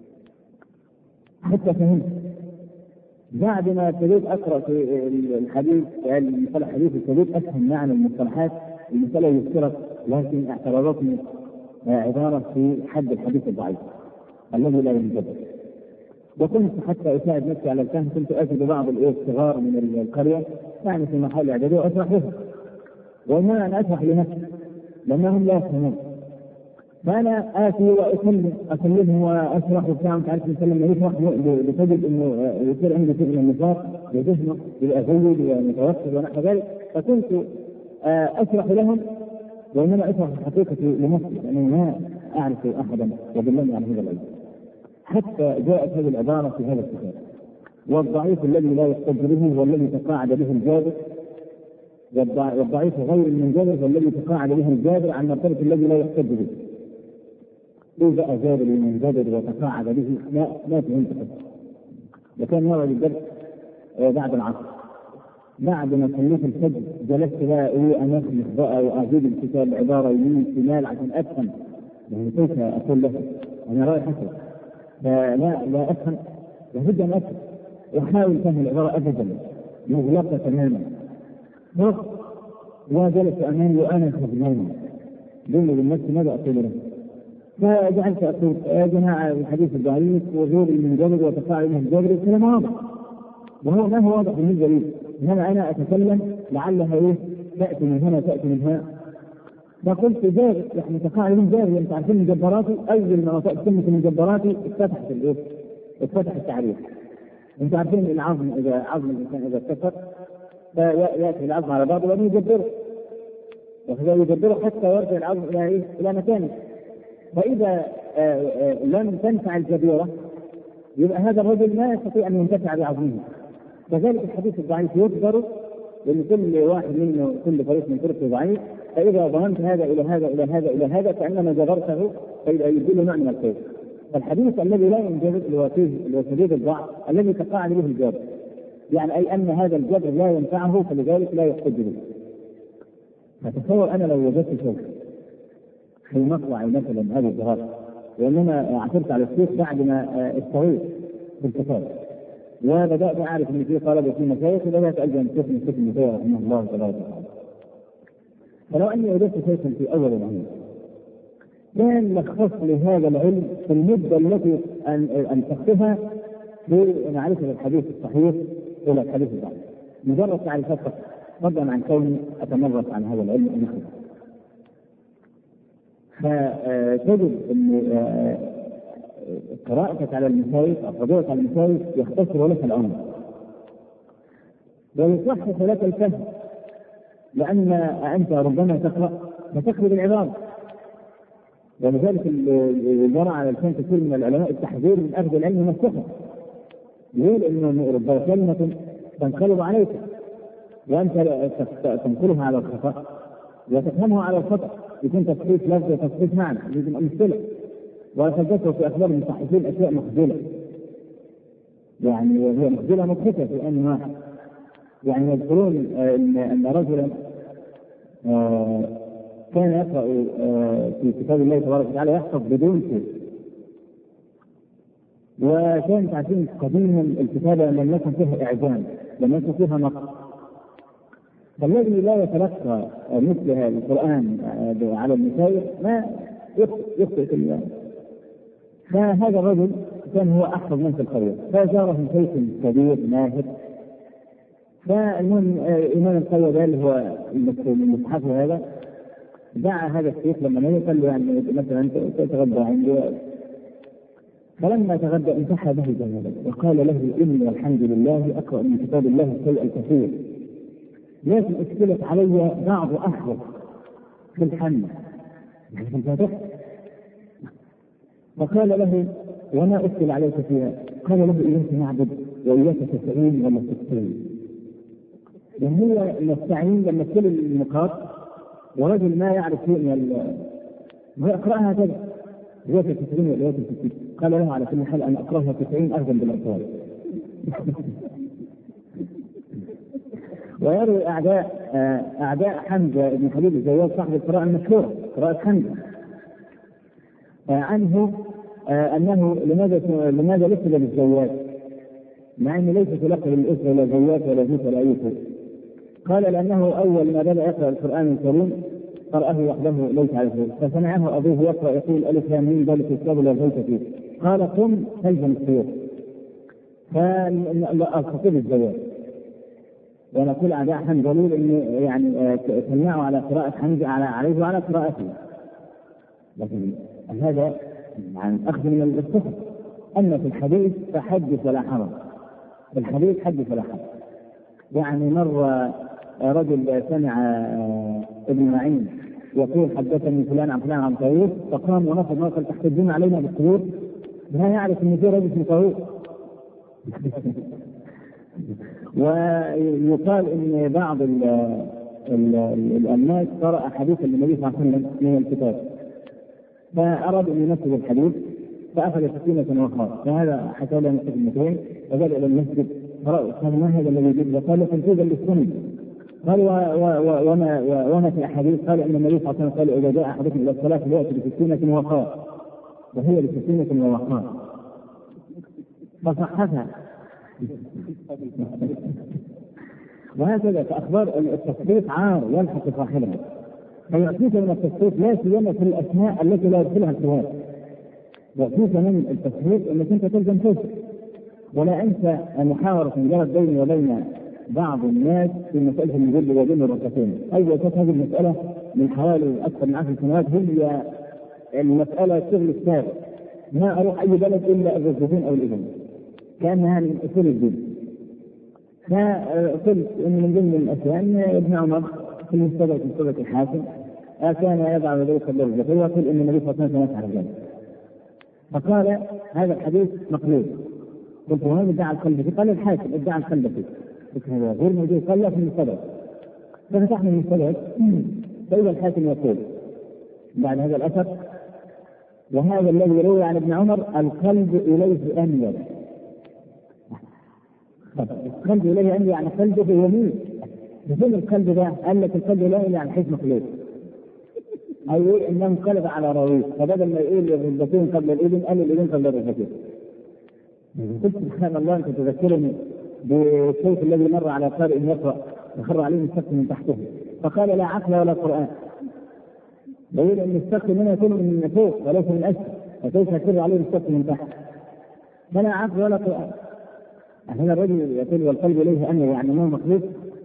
حتى فهمت. بعد ما ابتديت أقرأ في الحديث يعني المصطلح الحديث ابتديت أفهم معنى المصطلحات، المسألة يذكرت لكن اعتراضاتني عبارة في حد الحديث الضعيف الذي لا ينجبر. وكنت حتى أساعد نفسي على الفهم، كنت أجد بعض الصغار من القرية يعني في مرحلة الإعدادية وأشرح لهم، وهنا أنا أشرح لنفسي لأنهم لا يفهمون، فأنا آتي وأسلم أسلمهم وأشرح وبتاع مش عارف نسلم ما يشرح بتجد إنه يصير عندي شيء من النفاق يذهنه يبقى زيد ومتوسط ونحو ذلك. فكنت أشرح لهم وإنما أشرح الحقيقة لنفسي لأنني ما أعرف أحدا يدلني على هذا العلم. حتى جاءت هذه العبارة في هذا الكتاب: والضعيف الذي لا يحتج به والذي تقاعد به الجابر، والضعيف غير المنجبر والذي تقاعد به الجابر عن مرتبة الذي لا يحتج به. إيه بقى جابر المنجبر وتقاعد به؟ لا ما فهمت حتى. وكان يوم الدرس بعد العصر، بعد ما صليت الفجر جلست بقى ايه انخلص بقى واجيب الكتاب عباره يمين شمال عشان افهم يعني كيف اقول له انا رايح اسال، لا لا افهم لابد ان افهم واحاول فهم العباره ابدا مغلقه تماما. وجلس امامي وانا خدماني بيني وبين نفسي ماذا اقول له؟ فجعلت اقول يا جماعه الحديث الضعيف وغير المنجبر وتقاعد من الجبر الكلام واضح، وهو ما هو واضح بالنسبه لي، انما انا اتكلم لعلها ايه تاتي من هنا تاتي من هنا. فقلت جابر يعني تقاعد من جابر، انت عارفين مجبراتي اول ما وصلت كلمه مجبراتي اتفتحت الايه؟ اتفتح التعريف. انتم عارفين العظم اذا عظم الانسان اذا اتكسر فياتي العظم على بعضه وبعدين يجبره، وهذا يجبره حتى يرجع العظم الى ايه؟ الى مكانه. فاذا آآ آآ لم تنفع الجبيره يبقى هذا الرجل لا يستطيع ان ينتفع بعظمه. كذلك الحديث الضعيف يجبر لان كل واحد منه كل فريق من فرقه ضعيف، فاذا ضمنت هذا الى هذا الى هذا الى هذا كانما جبرته فاذا يدل نوع من الخير. فالحديث الذي لا ينجبر اللي هو فيه اللي هو شديد الضعف الذي تقاعد به الجبر، يعني اي ان هذا الجبر لا ينفعه فلذلك لا يحتج به. فتصور انا لو وجدت شيء في مطلع مثلا هذه الدراسه، وانما عثرت على الشيخ بعد ما استويت في الكتاب وبدات اعرف ان في طلبه وفي مشايخ، وبدات الجا الشيخ من الشيخ ابن تيميه رحمه الله تعالى. فلو اني وجدت شيخا في اول العلم كان لخص لهذا العلم في المده التي ان ان تخفها في معرفه الحديث الصحيح الى الحديث الضعيف، مجرد تعريفات فقط فضلا عن كوني اتمرس عن هذا العلم ونخلص. فتجد ان قراءتك على المشايخ او قراءتك على المشايخ يختصر لك الامر ويصحح لك الفهم، لان انت ربما تقرا فتخرج العباره. ولذلك جرى على لسان كثير من العلماء التحذير من اخذ العلم مفتوحا، يقول إنه ربما كلمة تنقلب عليك وأنت تنقلها على الخطأ وتفهمها على الخطأ، يكون تصحيح لفظ وتصحيح معنى، يجب أن نمثله. ولقد ذكروا في أخبار المصححين أشياء مخجلة، يعني هي مخجلة مضحكة في آن واحد. يعني يذكرون إن أن رجلا كان يقرأ في كتاب الله تبارك وتعالى يحفظ بدون شيء، وكانت عارفين قديما الكتابة لم يكن فيها إعجام، لم يكن فيها نقص، فالذي لا يتلقى مثل هذا القرآن على المساير ما يخطئ في الله. فهذا الرجل كان هو أحفظ من في القرية، فجاره شيخ كبير ماهر، فالمهم إمام القرية ده اللي هو المصحف هذا دعا هذا الشيخ لما نجي قال له يعني مثلا تتغدى عندي، فلما تغدى انتحى به جمالا وقال له إني الحمد لله أقرأ من كتاب الله الشيء الكثير، لكن اشكلت علي بعض أحرف في الحمد في الفاتحة. فقال له وما أشكل عليك فيها؟ قال له إياك نعبد وإياك تستعين ولا تستعين. يعني هو نستعين لما كل النقاط ورجل ما يعرف شيء من ويقرأها هكذا إياك تستعين وإياك تستعين. قال له على كل حال أن أقرأها تستعين أخذا بالأطفال. ويروي أعداء أعداء حمزة بن حبيب الزيات صاحب القراءة المشهورة قراءة حمزة عنه أنه لماذا لماذا ليس بالزيات مع أنه ليس في لقب الاسم ولا زيات ولا زيت ولا أي شيء. قال لأنه أول ما بدأ يقرأ القرآن الكريم قرأه وحده ليس على شيء، فسمعه أبوه يقرأ يقول ألف لام ميم ذلك الكتاب لا زيت فيه، قال قم تلزم السيوف. فالخطيب الزيات ونقول أعداء حمزة دليل إنه يعني سمعوا على قراءة حمزة على عليه وعلى قراءته، لكن هذا عن أخذ من الصحة. أما في الحديث فحدث ولا حرج، في الحديث حدث ولا حرج. يعني مرة رجل سمع ابن معين يقول حدثني فلان عن فلان عن طاووس، فقام ونفض وقال تحتجون علينا بالسيوف، لا يعرف أن في رجل اسمه طاووس. ويقال ان بعض ال ال ال الناس قرأ حديثا للنبي صلى الله عليه وسلم من الكتاب، فأراد أن ينفذ الحديث فأخذ سكينة وخاف، فهذا حكى له كلمتين وجاء إلى المسجد قرأ قال ما هذا الذي يجب؟ قال تنفيذا للسنة. قال وما وما في الأحاديث؟ قال أن النبي صلى الله عليه وسلم قال إذا جاء أحدكم إلى الصلاة فليأتي بسكينة وخاف، وهي بسكينة وخاف، فصحتها. وهكذا فأخبار التصديق عار يلحق صاحبها، فيعطيك من التصديق لا سيما في الأسماء التي لا يدخلها الكتاب، يعطيك من التصديق أنك أنت تلزم تصدق. ولا أنسى محاورة جرت بيني وبين بعض الناس في مسألة الوجود وبين الركعتين. أيضا كانت هذه المسألة من حوالي أكثر من عشر سنوات، هي المسألة شغل السابق، ما أروح أي بلد إلا الركعتين أو الإذن، كأنها من أصول الدين. فقلت إن من ضمن الأشياء أن ابن عمر في المستدرك المستدرك الحاكم كان يضع ذلك الركعتين ويقول إن النبي صلى الله عليه وسلم يفعل ذلك، فقال هذا الحديث مقلوب. قلت وين ادعى القلب فيه؟ قال الحاكم ادعى القلب فيه، قلت هذا غير موجود، قال لا في المستدرك. ففتحنا المستدرك فإذا الحاكم يقول بعد هذا الأثر وهذا الذي يروي عن ابن عمر القلب إليه أميل، القلب إليه أميل يعني قلبه يميل. بفين القلب ده؟ قال لك القلب لا يميل عن حيث مخلوق، أو يقول إنه انقلب على راويه، فبدل ما يقول الركبتين قبل الإذن قال الإذن قبل الركبتين. قلت سبحان الله، أنت تذكرني بالشيخ الذي مر على قارئ يقرأ وخر عليه السقف من تحته فقال لا عقل ولا قرآن، يقول أن السقف منه يكون من فوق وليس من أسفل، فكيف يخر عليه السقف من تحت؟ فلا عقل ولا قرآن. هنا الرجل يقول والقلب إليه أمر يعني ما مخلوق.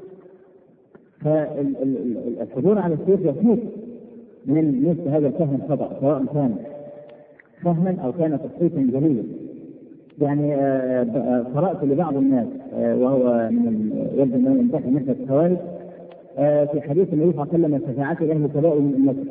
فالحضور على الشيخ يفوت من مثل هذا الفهم الخطأ، سواء كان فهما أو كان تصحيحا جليلا. يعني قرأت لبعض الناس وهو من يبدو أنه ينتهي مثل الخوارج في حديث النبي صلى الله عليه وسلم الشفاعة لأهل الكبائر من أمته،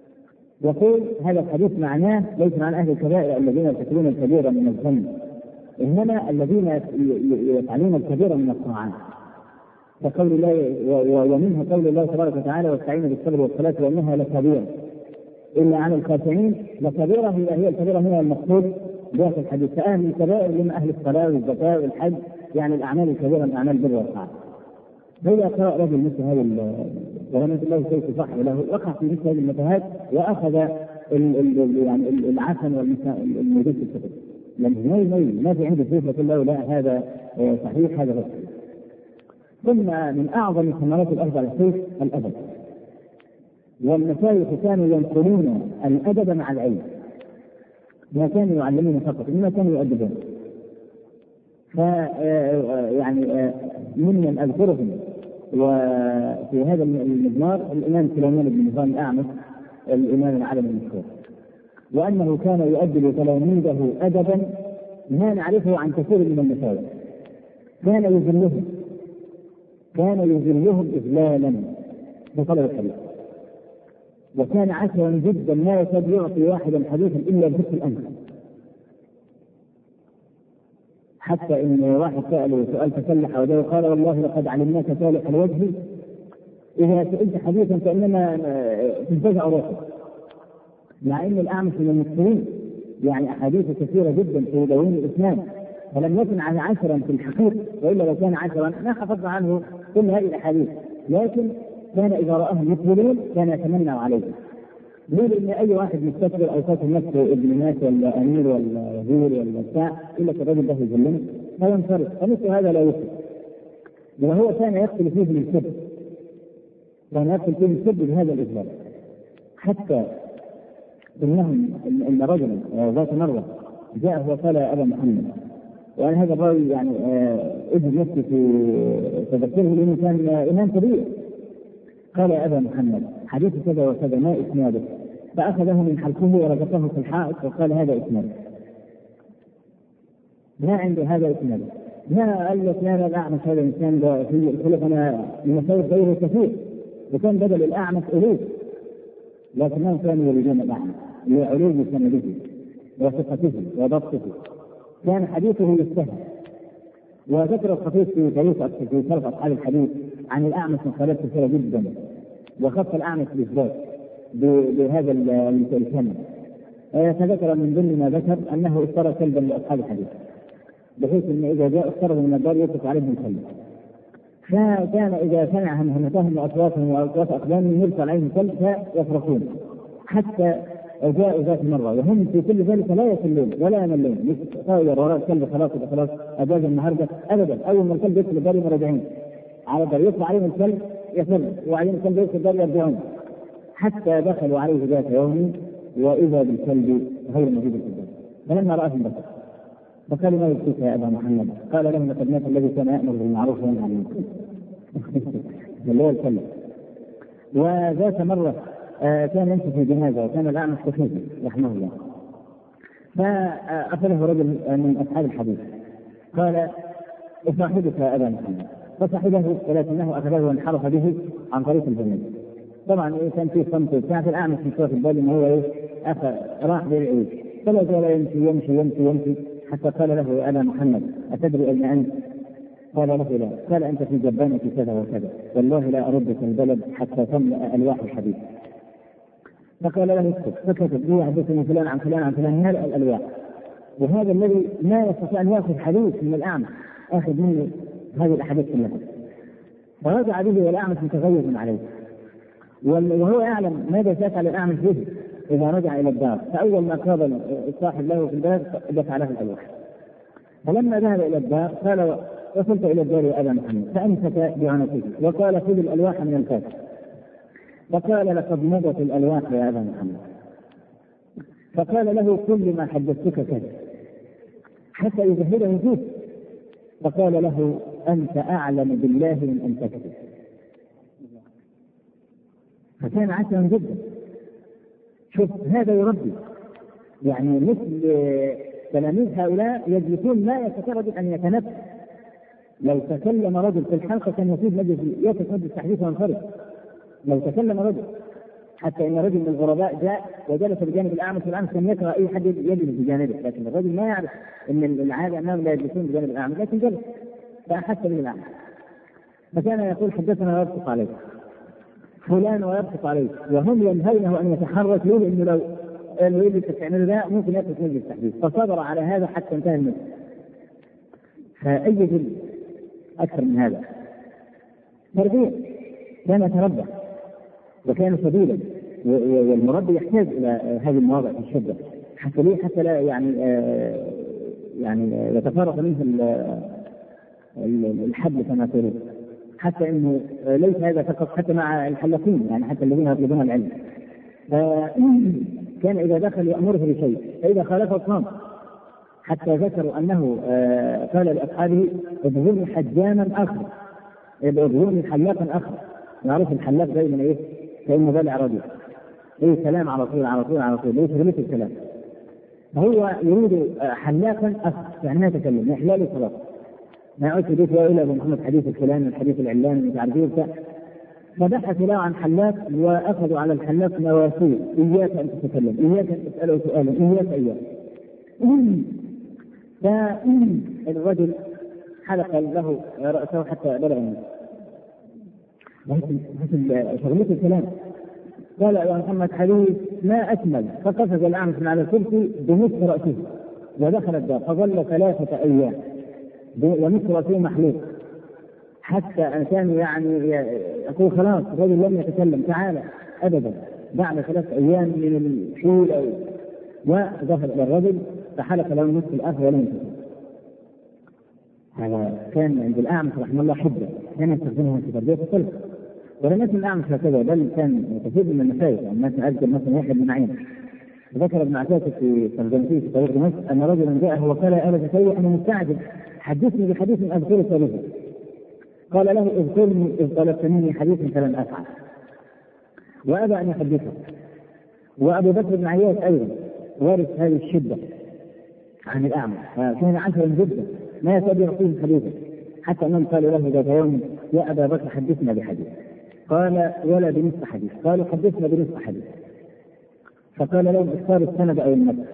يقول هذا الحديث معناه ليس عن أهل الكبائر الذين يرتكبون الكبيرة من الذنب، إنما الذين يفعلون الكبير من الطاعات، فقول الله ومنها قول الله تبارك وتعالى واستعينوا بالصبر والصلاة وإنها لكبيرة إلا على الخاشعين. لكبيرة هي الكبيرة هنا المقصود ذات الحديث. فأهل الكبائر لما أهل الصلاة والزكاة والحج، يعني الأعمال الكبيرة من أعمال البر والطاعة. فإذا قرأ رجل مثل هذه ورحمة الله سيف صاحب له وقع في مثل هذه المتاهات وأخذ يعني العسل والموجود في الكتب، لأنه ما ما في عنده فلوس يقول له لا هذا صحيح هذا غير. ثم من أعظم ثمرات الأخذ على السيف الأدب، والمشايخ كانوا ينقلون الأدب مع العلم، ما كانوا يعلمون فقط إنما كانوا يؤدبون. ف يعني ممن أذكرهم وفي هذا المضمار الإمام سليمان بن نظام الأعمش الإمام العالم المشهور، وأنه كان يؤدب تلاميذه أدبا ما نعرفه عن كثير من المشايخ. كان يذلهم كان يذلهم إذلالا بطلب الحديث، وكان عسرا جدا لا يكاد يعطي واحدا حديثا إلا بحسن الأنف. حتى إن واحد سأله سؤال تسلح وجاوب قال والله لقد علمناك صالح الوجه، إذا سئلت حديثا فإنما تنتزع روحك. مع أن الأعمش من المكثرين يعني أحاديث كثيرة جدا في دواوين الإسلام، فلم يكن على عشرا في الحقيقة، وإلا لو كان عشرا ما حفظنا عنه كل هذه الأحاديث. لكن كان إذا رآهم يقبلون كان يتمنى عليهم. ليه؟ لأن أي واحد مستكبر أو فاكر نفسه ابن ناس ولا أمير ولا وزير ولا بتاع إلا الرجل ده يظلمه فينصرف، فمثل هذا لا يصل. وهو كان يقتل فيه بالسب، كان يقتل فيه بالسب بهذا الإذلال. حتى إنهم إن رجلا ذات مرة جاء وقال يا أبا محمد، وأنا هذا الرجل يعني أجد نفسي في تذكره لأنه كان إمام كبير. قال يا أبا محمد حديث كذا وكذا ما إسناده؟ فأخذه من حلقه وربطه في الحائط وقال هذا إسناده. ما عنده هذا إسناده. ما قال لك يا الأعمش هذا الإنسان في الخلفاء من مشايخ غيره كثير، وكان بدل الأعمش ألوف، لكنهم كانوا يريدون الأعمش لعلو سنده وثقته وضبطه. كان حديثه يستهل. وذكر الخطيب في تاريخ في شرح أصحاب الحديث عن الأعمش مقالات كثيرة جدا، وخص الأعمش بالذات بهذا الكلام. فذكر من ضمن ما ذكر أنه اشترى كلبا لأصحاب الحديث، بحيث أن إذا جاء اقترب من الدار يطلق عليهم الكلب، فكان إذا سمع همهمتهم وأصواتهم وأصوات أقدامهم يرسل عليهم الكلب فيصرخون، حتى جاءوا ذات مرة وهم في كل ذلك لا يصلون ولا يملون، يصير وراء الكلب خلاص خلاص أجاز النهارده أبدا. أول ما الكلب يدخل الدار راجعين على الدار، يطلع عليهم الكلب يفر، وبعدين الكلب يدخل الدار يرجعون، حتى دخلوا عليه ذات يوم وإذا بالكلب غير موجود في الدار. فلما رأهم بكر فقال ما يبكيك يا أبا محمد؟ قال لهم لقد مات الذي كان يأمر بالمعروف وينهى عن المنكر اللي هو الكلب. وذات مرة آه كان يمشي في جنازة وكان الأعمش خفيفا رحمه الله، فأخذه رجل من أصحاب الحديث قال أصاحبك يا أبا محمد، فصاحبه ولكنه أخذه وانحرف به عن طريق الجنازة. طبعا إيه كان في صمت بتاعت الأعمش في صوت البال إن هو إيه أخذ راح بالعيد، فلا زال يمشي يمشي يمشي يمشي حتى قال له يا أبا محمد أتدري أين أنت؟ قال له لا. قال أنت في جبانة كذا وكذا، والله لا أردك البلد حتى تملأ ألواح الحديث. فقال له اسكت، فكتب لي يحدثني فلان عن فلان عن فلان ملأ الألواح. وهذا الذي ما يستطيع أن يأخذ حديث من الأعمش أخذ منه هذه الأحاديث كلها. فرجع به والأعمش متغيظ عليه، وهو يعلم ماذا سيفعل الأعمش به إذا رجع إلى الدار. فأول ما قابل الصاحب له في البلد دفع له الألواح. فلما ذهب إلى الدار قال وصلت إلى الدار يا أبا محمد، فأمسك بعنقه وقال خذ الألواح من الكاتب. فقال لقد مضت الألواح يا أبا محمد. فقال له كل ما حدثتك كذا حتى يظهره فيه. فقال له أنت أعلم بالله من أن تكذب. فكان عسلا جدا. شوف هذا يربي، يعني مثل تلاميذ هؤلاء يجلسون لا يتكرر أن يتنفس. لو تكلم رجل في الحلقة كان يصيب مجلس يأتي مجلس تحديث وانفرد. لو تكلم رجل حتى ان رجل من الغرباء جاء وجلس بجانب الاعمش، والأعمش لم يكره اي حد يجلس بجانبه، لكن الرجل ما يعرف ان العاده انهم لا يجلسون بجانب الاعمش، لكن جلس فاحس به الاعمش، فكان يقول حدثنا ويبصق عليه فلان ويبصق عليه، وهم ينهونه ان يتحرك له، انه لو يريد تعمل ذا ممكن يترك مجلس التحديث، فصبر على هذا حتى انتهى المجلس. فاي جل اكثر من هذا؟ تربيه، كان يتربى وكان سبيلا، والمربي يحتاج الى هذه المواضع في الشده حتى ليه حتى لا يعني آه يعني يتفرق منه الحبل كما تقول، حتى انه ليس هذا فقط، حتى مع الحلاقين يعني حتى الذين يطلبون العلم، فكان اذا دخل يامره بشيء فاذا خالفه صام، حتى ذكروا انه آه قال لاصحابه اضربوا حجاما اخر، اضربوا حلاقا اخر. نعرف الحلاق دائما ايه؟ كانه بالع رجل، ايه كلام على طول على طول على طول، ليس غلط الكلام. هو يريد حلاقا اخر، يعني ما يتكلم، يحلال الصلاه، ما يعود في بيت يا الى ابو محمد حديث الفلان الحديث العلان مش عارف ايه. فبحثوا له عن حلاق واخذوا على الحلاق نواسير، اياك ان تتكلم، اياك ان تساله سؤالا، اياك اياك. فالرجل حلق له راسه حتى بلغ الناس، شغلته الكلام. قال يا محمد حديث ما أكمل، فقفز الأعمش من على الكرسي بنصف رأسه ودخل الدار، فظل ثلاثة أيام ونصف رأسه محلوق، حتى أن كان يعني يقول خلاص الرجل لم يتكلم تعالى أبدا بعد ثلاثة أيام من الحيل، ودخل إلى الرجل فحلق له نصف الآخر ولم يتكلم. هذا كان عند الأعمش رحمه الله حجة، كان يستخدمها في تربية الطلب، ولم يكن الأعمش هكذا، بل كان كثير من المشايخ، يعني مثلا أذكر مثلا يحيى بن معين ذكر ابن عساكر في ترجمته في طريق دمشق أن رجلا جاءه وقال يا أبا زكريا أنا مستعجل حدثني بحديث أذكره ثالثا. قال له اذكرني إذ طلبتني حديث فلم أفعل، وأبى أن يحدثه. وأبو بكر بن عياش أيضا ورث هذه الشدة عن الأعمش، فكان عشرا جدا ما يستطيع فيه حديثا، حتى أنهم قالوا له ذات يوم يا أبا بكر حدثنا بحديث، قال ولا بنصف حديث، قالوا حدثنا بنصف حديث، فقال لهم اختار السند أو المتن،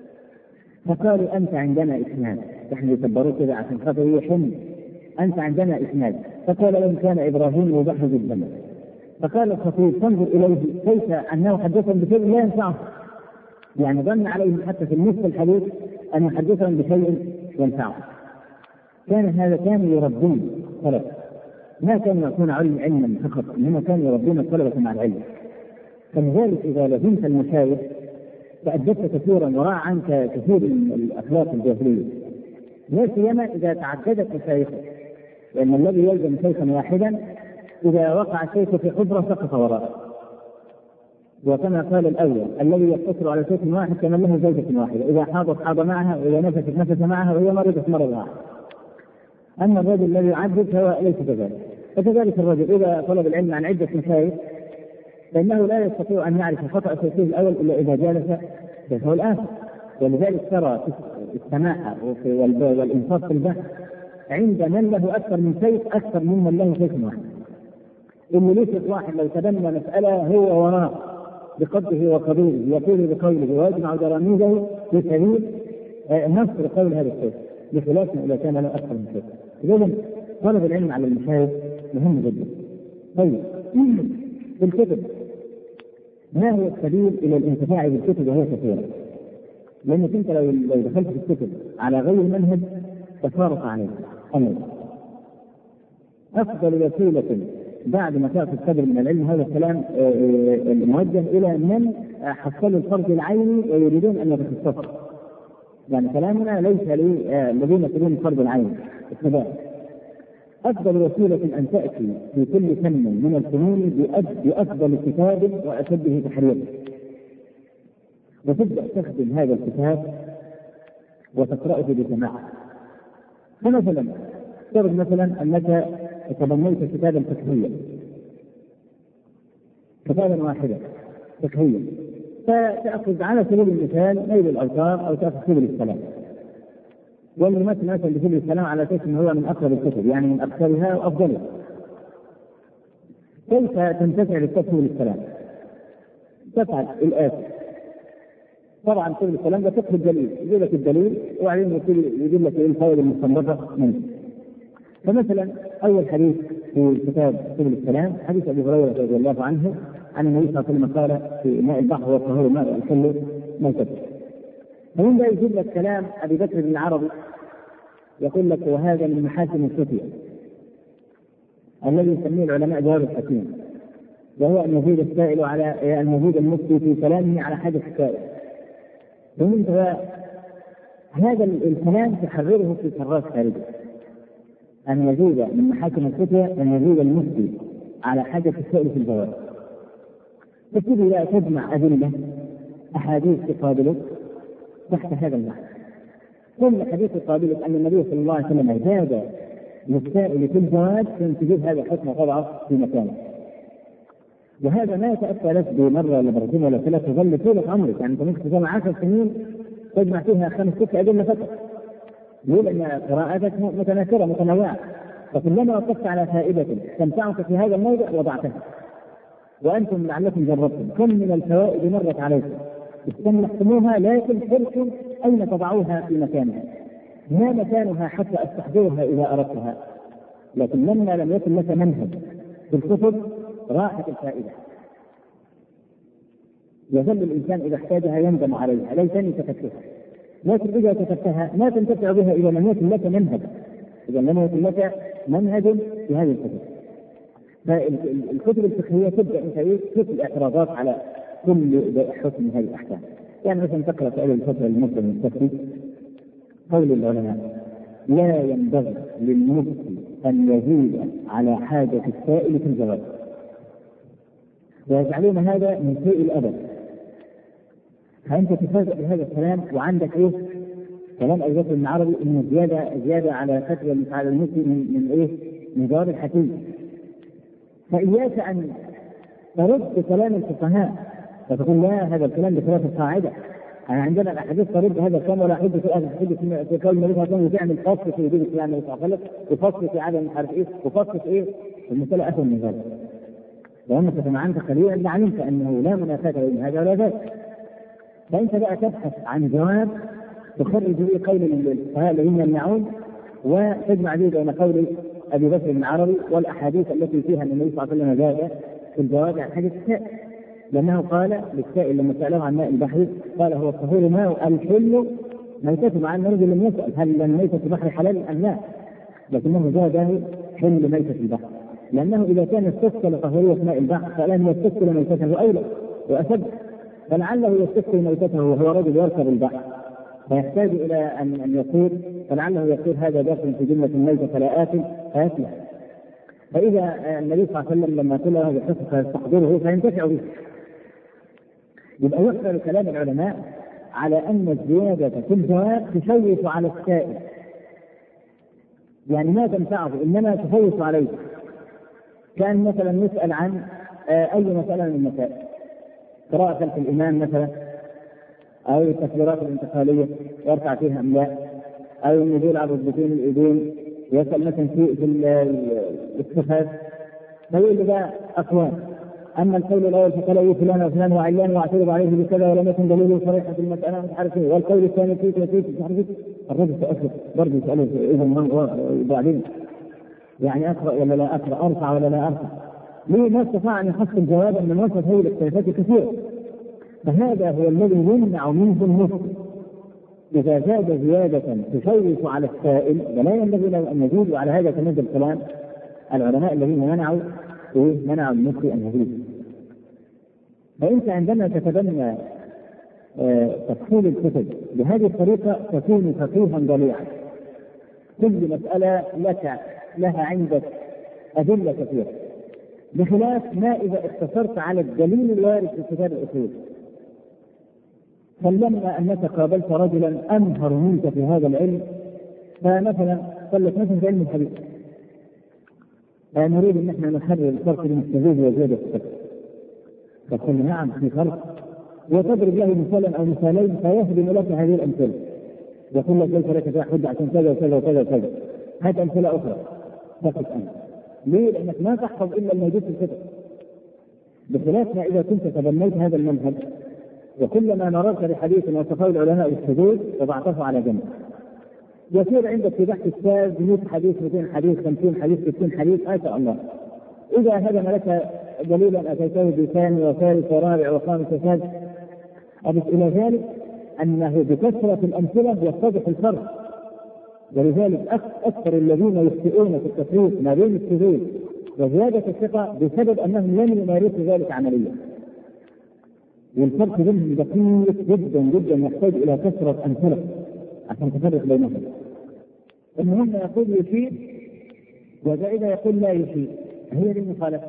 فقالوا أنت عندنا إسناد، نحن يكبروا كذا عشان خاطر يحن، أنت عندنا إسناد. فقال لهم كان إبراهيم يضحي الدم، فقال الخطيب تنظر إليه كيف أنه حدثهم بشيء لا ينفعه، يعني ظن عليهم حتى في النصف الحديث أن يحدثهم بشيء ينفعه. كان هذا كان يربون الطلبة، ما كان يكون علم علما فقط، انما كان يربون الطلبة مع العلم. فلذلك إذا لزمت المشايخ تأدبت كثيرا وراء عنك كثير من الأخلاق الجاهلية، لا سيما إذا تعددت مشايخك، لأن الذي يلزم شيخا واحدا إذا وقع الشيخ في حجرة سقط وراءه، وكما قال الأول الذي يقتصر على شيخ واحد كمن له زوجة واحدة، إذا حاضت حاض معها وإذا نفست نفس معها وإذا مرضت مرض معها. أما الرجل الذي يعدد فهو ليس كذلك. وكذلك الرجل إذا طلب العلم عن عدة مشايخ فإنه لا يستطيع أن يعرف خطأ شيخه الأول إلا إذا جالس شيخه الآخر. ولذلك ترى السماحة والإنصاف في البحث عند من له أكثر من شيخ أكثر ممن له شيخ واحد. إن ليس واحد لو تبنى مسألة هو وراه بقدره وقدوره يقول بقوله ويجمع دراميزه في سبيل نصر قول هذا الشيخ، بخلاف ما إذا كان له أكثر من شيخ. إذن طلب العلم على المشايخ مهم جدا. طيب في الكتب ما هو السبيل إلى الانتفاع بالكتب وهي كثيرة؟ لأنك أنت لو لو دخلت في الكتب على غير المنهج تفارق عليه. أمر أفضل وسيلة بعد ما تأخذ قدر من العلم، هذا الكلام الموجه إلى من حصلوا الفرض العيني ويريدون أن يتخصصوا. يعني كلامنا ليس للذين يريدون فرض العين اتباع. أفضل وسيلة أن تأتي في كل فن من الفنون بأفضل كتاب وأشده تحريرا، وتبدأ تخدم هذا الكتاب وتقرأه بجماعة. فمثلا ترد مثلا أنك تبنيت كتابا فقهيا، كتابا واحدا فقهيا، فتأخذ على سبيل المثال نيل الأوطار أو تأخذ سبل السلام، والمثل مثلا بسبل السلام على أساس أنه هو من أقرب الكتب، يعني من أكثرها وأفضلها. كيف تنتفع بالكتب والسلام؟ تفعل الآتي. طبعا كل الكلام ده فقه الدليل، يجيب لك الدليل وبعدين يجيب لك الفوائد المستنبطة منه. فمثلا أول حديث في كتاب سبل السلام حديث أبي هريرة رضي الله عنه عن النبي صلى الله عليه وسلم قال في ماء البحر والطهور ماء الحل ميتته. فمن ده يجيب لك كلام أبي بكر بن العربي يقول لك وهذا من محاسن الفتية الذي يسميه العلماء جواب الحكيم، وهو أن يزيد السائل على أن يزيد المفتي في كلامه على حاجة السائل. فمن هذا الكلام تحرره في كراس خارجي، أن يزيد من محاسن الفتية أن يزيد المفتي على حاجة السائل في الجواب. تبتدي لا تجمع أدلة أحاديث تقابلك تحت هذا المعنى. كل حديث يقابلك أن النبي صلى الله عليه وسلم زاد للسائل في الجواب ثم تجيب هذا الحكم وضعه في مكانه. وهذا ما يتأتى لك بمرة ولا مرتين ولا ثلاثة، تظل طول عمرك. يعني أنت ممكن تجمع عشر سنين تجمع فيها خمس ست أدلة فقط، يقول أن قراءاتك متناثرة متنوعة، فكلما وقفت على فائدة تنفعك في هذا الموضع وضعتها. وأنتم لعلكم جربتم كم من الفوائد مرت عليكم استملحتموها، لكن حرصوا أين تضعوها في مكانها. ما مكانها حتى أستحضرها إذا أردتها، لكن لما لم يكن لك منهج في الكتب راحت الفائدة. يظل الإنسان إذا احتاجها يندم عليها، ليتني كتبتها. لكن إذا كتبتها ما تنتفع بها إذا لم يكن لك منهج، إذا لم يكن لك منهج في هذه الكتب. فالكتب الفقهية تبدأ أنت تكتب الاعتراضات على كل حكم هذه الأحكام. يعني مثلا تقرأ في أول الفترة المسلم المستفتي قول العلماء لا ينبغي للمفتي أن يزيد على حاجة السائل في الجواب، ويجعلون هذا من سوء الأدب. فأنت تفاجأ بهذا الكلام وعندك إيه؟ كلام أبي بكر بن العربي إنه زيادة زيادة على فتوى على المفتي من, من إيه؟ من جواب الحكيم. فإياك أن ترد كلام الفقهاء فتقول لا هذا الكلام بخلاف القاعدة. يعني عندنا الأحاديث ترد هذا الكلام ولا حد في أحد في قول النبي صلى الله عليه وسلم تعمل فصل في وجود الكلام النبي صلى الله عليه وسلم وفصل في عدم مش عارف إيه وفصل في إيه. المسألة أسهل من ذلك. لأنك سمعنت قليلا لعلمت أنه لا منافاة بين هذا ولا ذاك. فأنت بقى تبحث عن جواب تخرج به قول الفقهاء الذين يمنعون وتجمع به بين قول أبي بكر بن العربي والأحاديث التي فيها أن النبي صلى الله عليه وسلم زاد في الجواب عن حديث السائل، لأنه قال للسائل لما سأله عن ماء البحر قال هو الطهور ماء الحل ميتته، مع أن الرجل لم يسأل هل الميتة في البحر حلال أم لا، لكنه زاده حل ميتة البحر، لأنه إذا كان استسقل طهورية ماء البحر فالآن يستسقل ميتته أولى وأسد، فلعله يستسقل ميتته وهو رجل يركب البحر فيحتاج إلى أن أن يصير، فلعله يصير هذا داخل في جملة الميتة فلا آكل فيأكله. فإذا النبي صلى الله عليه وسلم لما قال هذا الحكم فيستحضره فينتفع به. يبقى يحمل كلام العلماء على أن الزيادة في الجواب تشوش على السائل، يعني ما تنفعه إنما تشوش عليه. كان مثلا يسأل عن أي مسألة من المسائل، قراءة خلف الإمام مثلا، أو التكبيرات الانتقالية يرفع فيها أم لا، أو النزول على الركبتين الإيدين، يسأل مثلا في في الاستخفاف، فيقول له ده أقوال. أما القول الأول فقال إيه فلان وفلان وعلان واعترض عليه بكذا ولم يكن دليله صريحة في المسألة مش عارف إيه، والقول الثاني فيه وفيه مش عارف إيه. الرجل تأثر برضه يسأله إذا بعدين يعني أقرأ ولا لا أقرأ، أرفع ولا لا أرفع، ليه ما استطاع أن يحصل جوابا من وسط هذه الاختلافات الكثيرة. فهذا هو الذي يمنع منه المفتي إذا زاد زيادة تشوش على السائل، فلا ينبغي له أن يزيد. وعلى هذا تنزل كلام العلماء الذين منعوا منعوا المفتي أن يزيد. فأنت عندما تتبنى تفصيل الكتب بهذه الطريقة تكون فقيها ضليعا، كل مسألة لك لها عندك أدلة كثيرة، بخلاف ما إذا اقتصرت على الدليل الوارد في كتاب الأصول. فلما أنك قابلت رجلا أمهر منك في هذا العلم، فمثلا قال لك مثلا في علم الحديث نريد أن احنا نحرر الفرق بين الشذوذ وزيادة الشك، فقل نعم في فرق، وتضرب له مثالا أو مثالين فيهدم لك هذه الأمثلة، يقول لك ليس لك فيها حجة عشان كذا وكذا وكذا وكذا، هذه أمثلة أخرى فقط أنت. ليه؟ لأنك ما تحفظ إلا الموجود في الكتب. بخلاف ما إذا كنت تبنيت هذا المنهج وكلما مررت بحديث وصفه العلماء بالشذوذ وضعته على جنب، يصير عندك في بحث الشاذ مئة حديث مئتين حديث خمسين حديث ستين حديث ما شاء الله. إذا هدم لك دليلا أتيته بثاني وثالث ورابع وخامس وسادس. أضف إلى ذلك أنه بكثرة الأمثلة يتضح الفرق، ولذلك أكثر الذين يخطئون في التفريق ما بين الشذوذ وزيادة الثقة بسبب أنهم لم يمارسوا ذلك عمليا. والفرق بينهم دقيق جدا جدا يحتاج إلى كثرة أمثلة عشان تفرق بينهم. المهم يقول يفيد وزائدة يقول لا يفيد، هي دي المخالفة.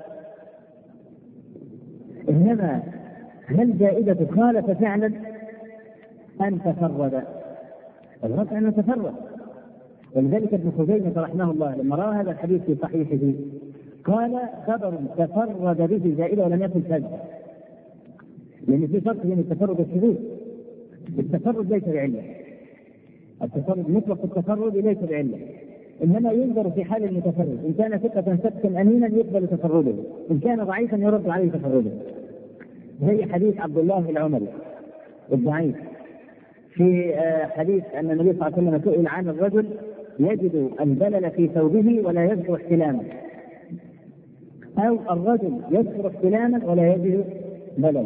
إنما هل زائدة خالف فعلا أم تفرد؟ الرد أنه تفرد. ولذلك ابن خزيمة رحمه الله لما رأى هذا الحديث في صحيحه قال خبر تفرد به زائدة ولم يكن كذب، لأن في فرق بين التفرد والشذوذ. التفرد ليس بعلة، التفرد مطلق التفرد ليس بعلة، إنما ينظر في حال المتفرد، إن كان ثقة ثبتا أمينا يقبل تفرده، إن كان ضعيفا يرد عليه تفرده. زي حديث عبد الله العمري الضعيف في حديث أن النبي صلى الله عليه وسلم سئل عن الرجل يجد البلل في ثوبه ولا يذكر احتلاما، أو الرجل يذكر احتلاما ولا يجد بللا.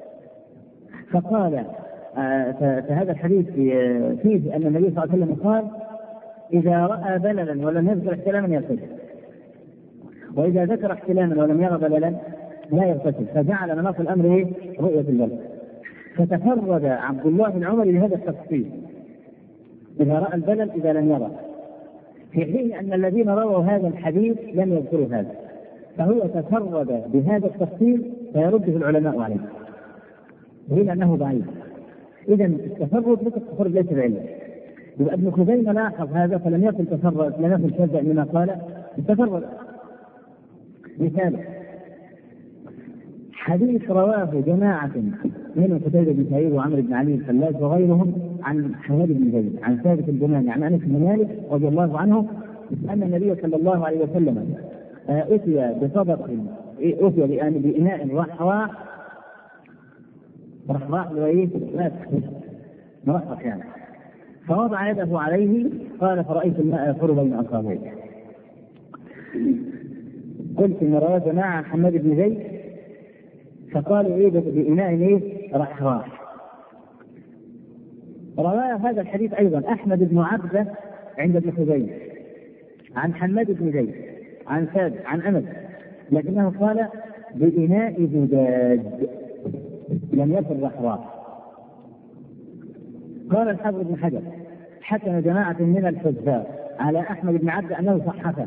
فقال فهذا الحديث فيه أن النبي صلى الله عليه وسلم قال إذا رأى بللا ولم يذكر احتلاما يغتسل، وإذا ذكر احتلاما ولم يرى بللا لا يغتسل، فجعل مناط الأمر رؤية البلل. فتفرد عبد الله العمري بهذا التفصيل، إذا رأى البلل إذا لم يرى، في حين أن الذين رووا هذا الحديث لم يذكروا هذا، فهو تفرد بهذا التفصيل فيرده العلماء عليه غير أنه ضعيف. إذا التفرد مثل التفرد ليس بعلة. يبقى ابن خزيمة لاحظ هذا فلم يكن تفرد، لم يكن شاذا لما قال التفرد. مثال حديث رواه جماعة من قتيبة بن سعيد وعمرو بن علي الفلاس وغيرهم عن حماد بن زيد عن ثابت البناني عن أنس بن مالك رضي الله عنه أن النبي صلى الله عليه وسلم أتي بطبق أتي بإناء رحراح رحراح وإيه مرحرح يعني، فوضع يده عليه قال فرأيت الماء يفور بين أصابعي. قلت إن رواه جماعة عن حماد بن زيد فقالوا إيه بإناء إيه رحراح. رواه هذا الحديث أيضا أحمد بن عبده عند ابن خزيمة عن حماد بن زيد عن ثابت عن أنس، لكنه قال بإناء زجاج لم يكن رحراح. قال الحافظ بن حجر حكم جماعة من الحجاج على أحمد بن عبده أنه صححه،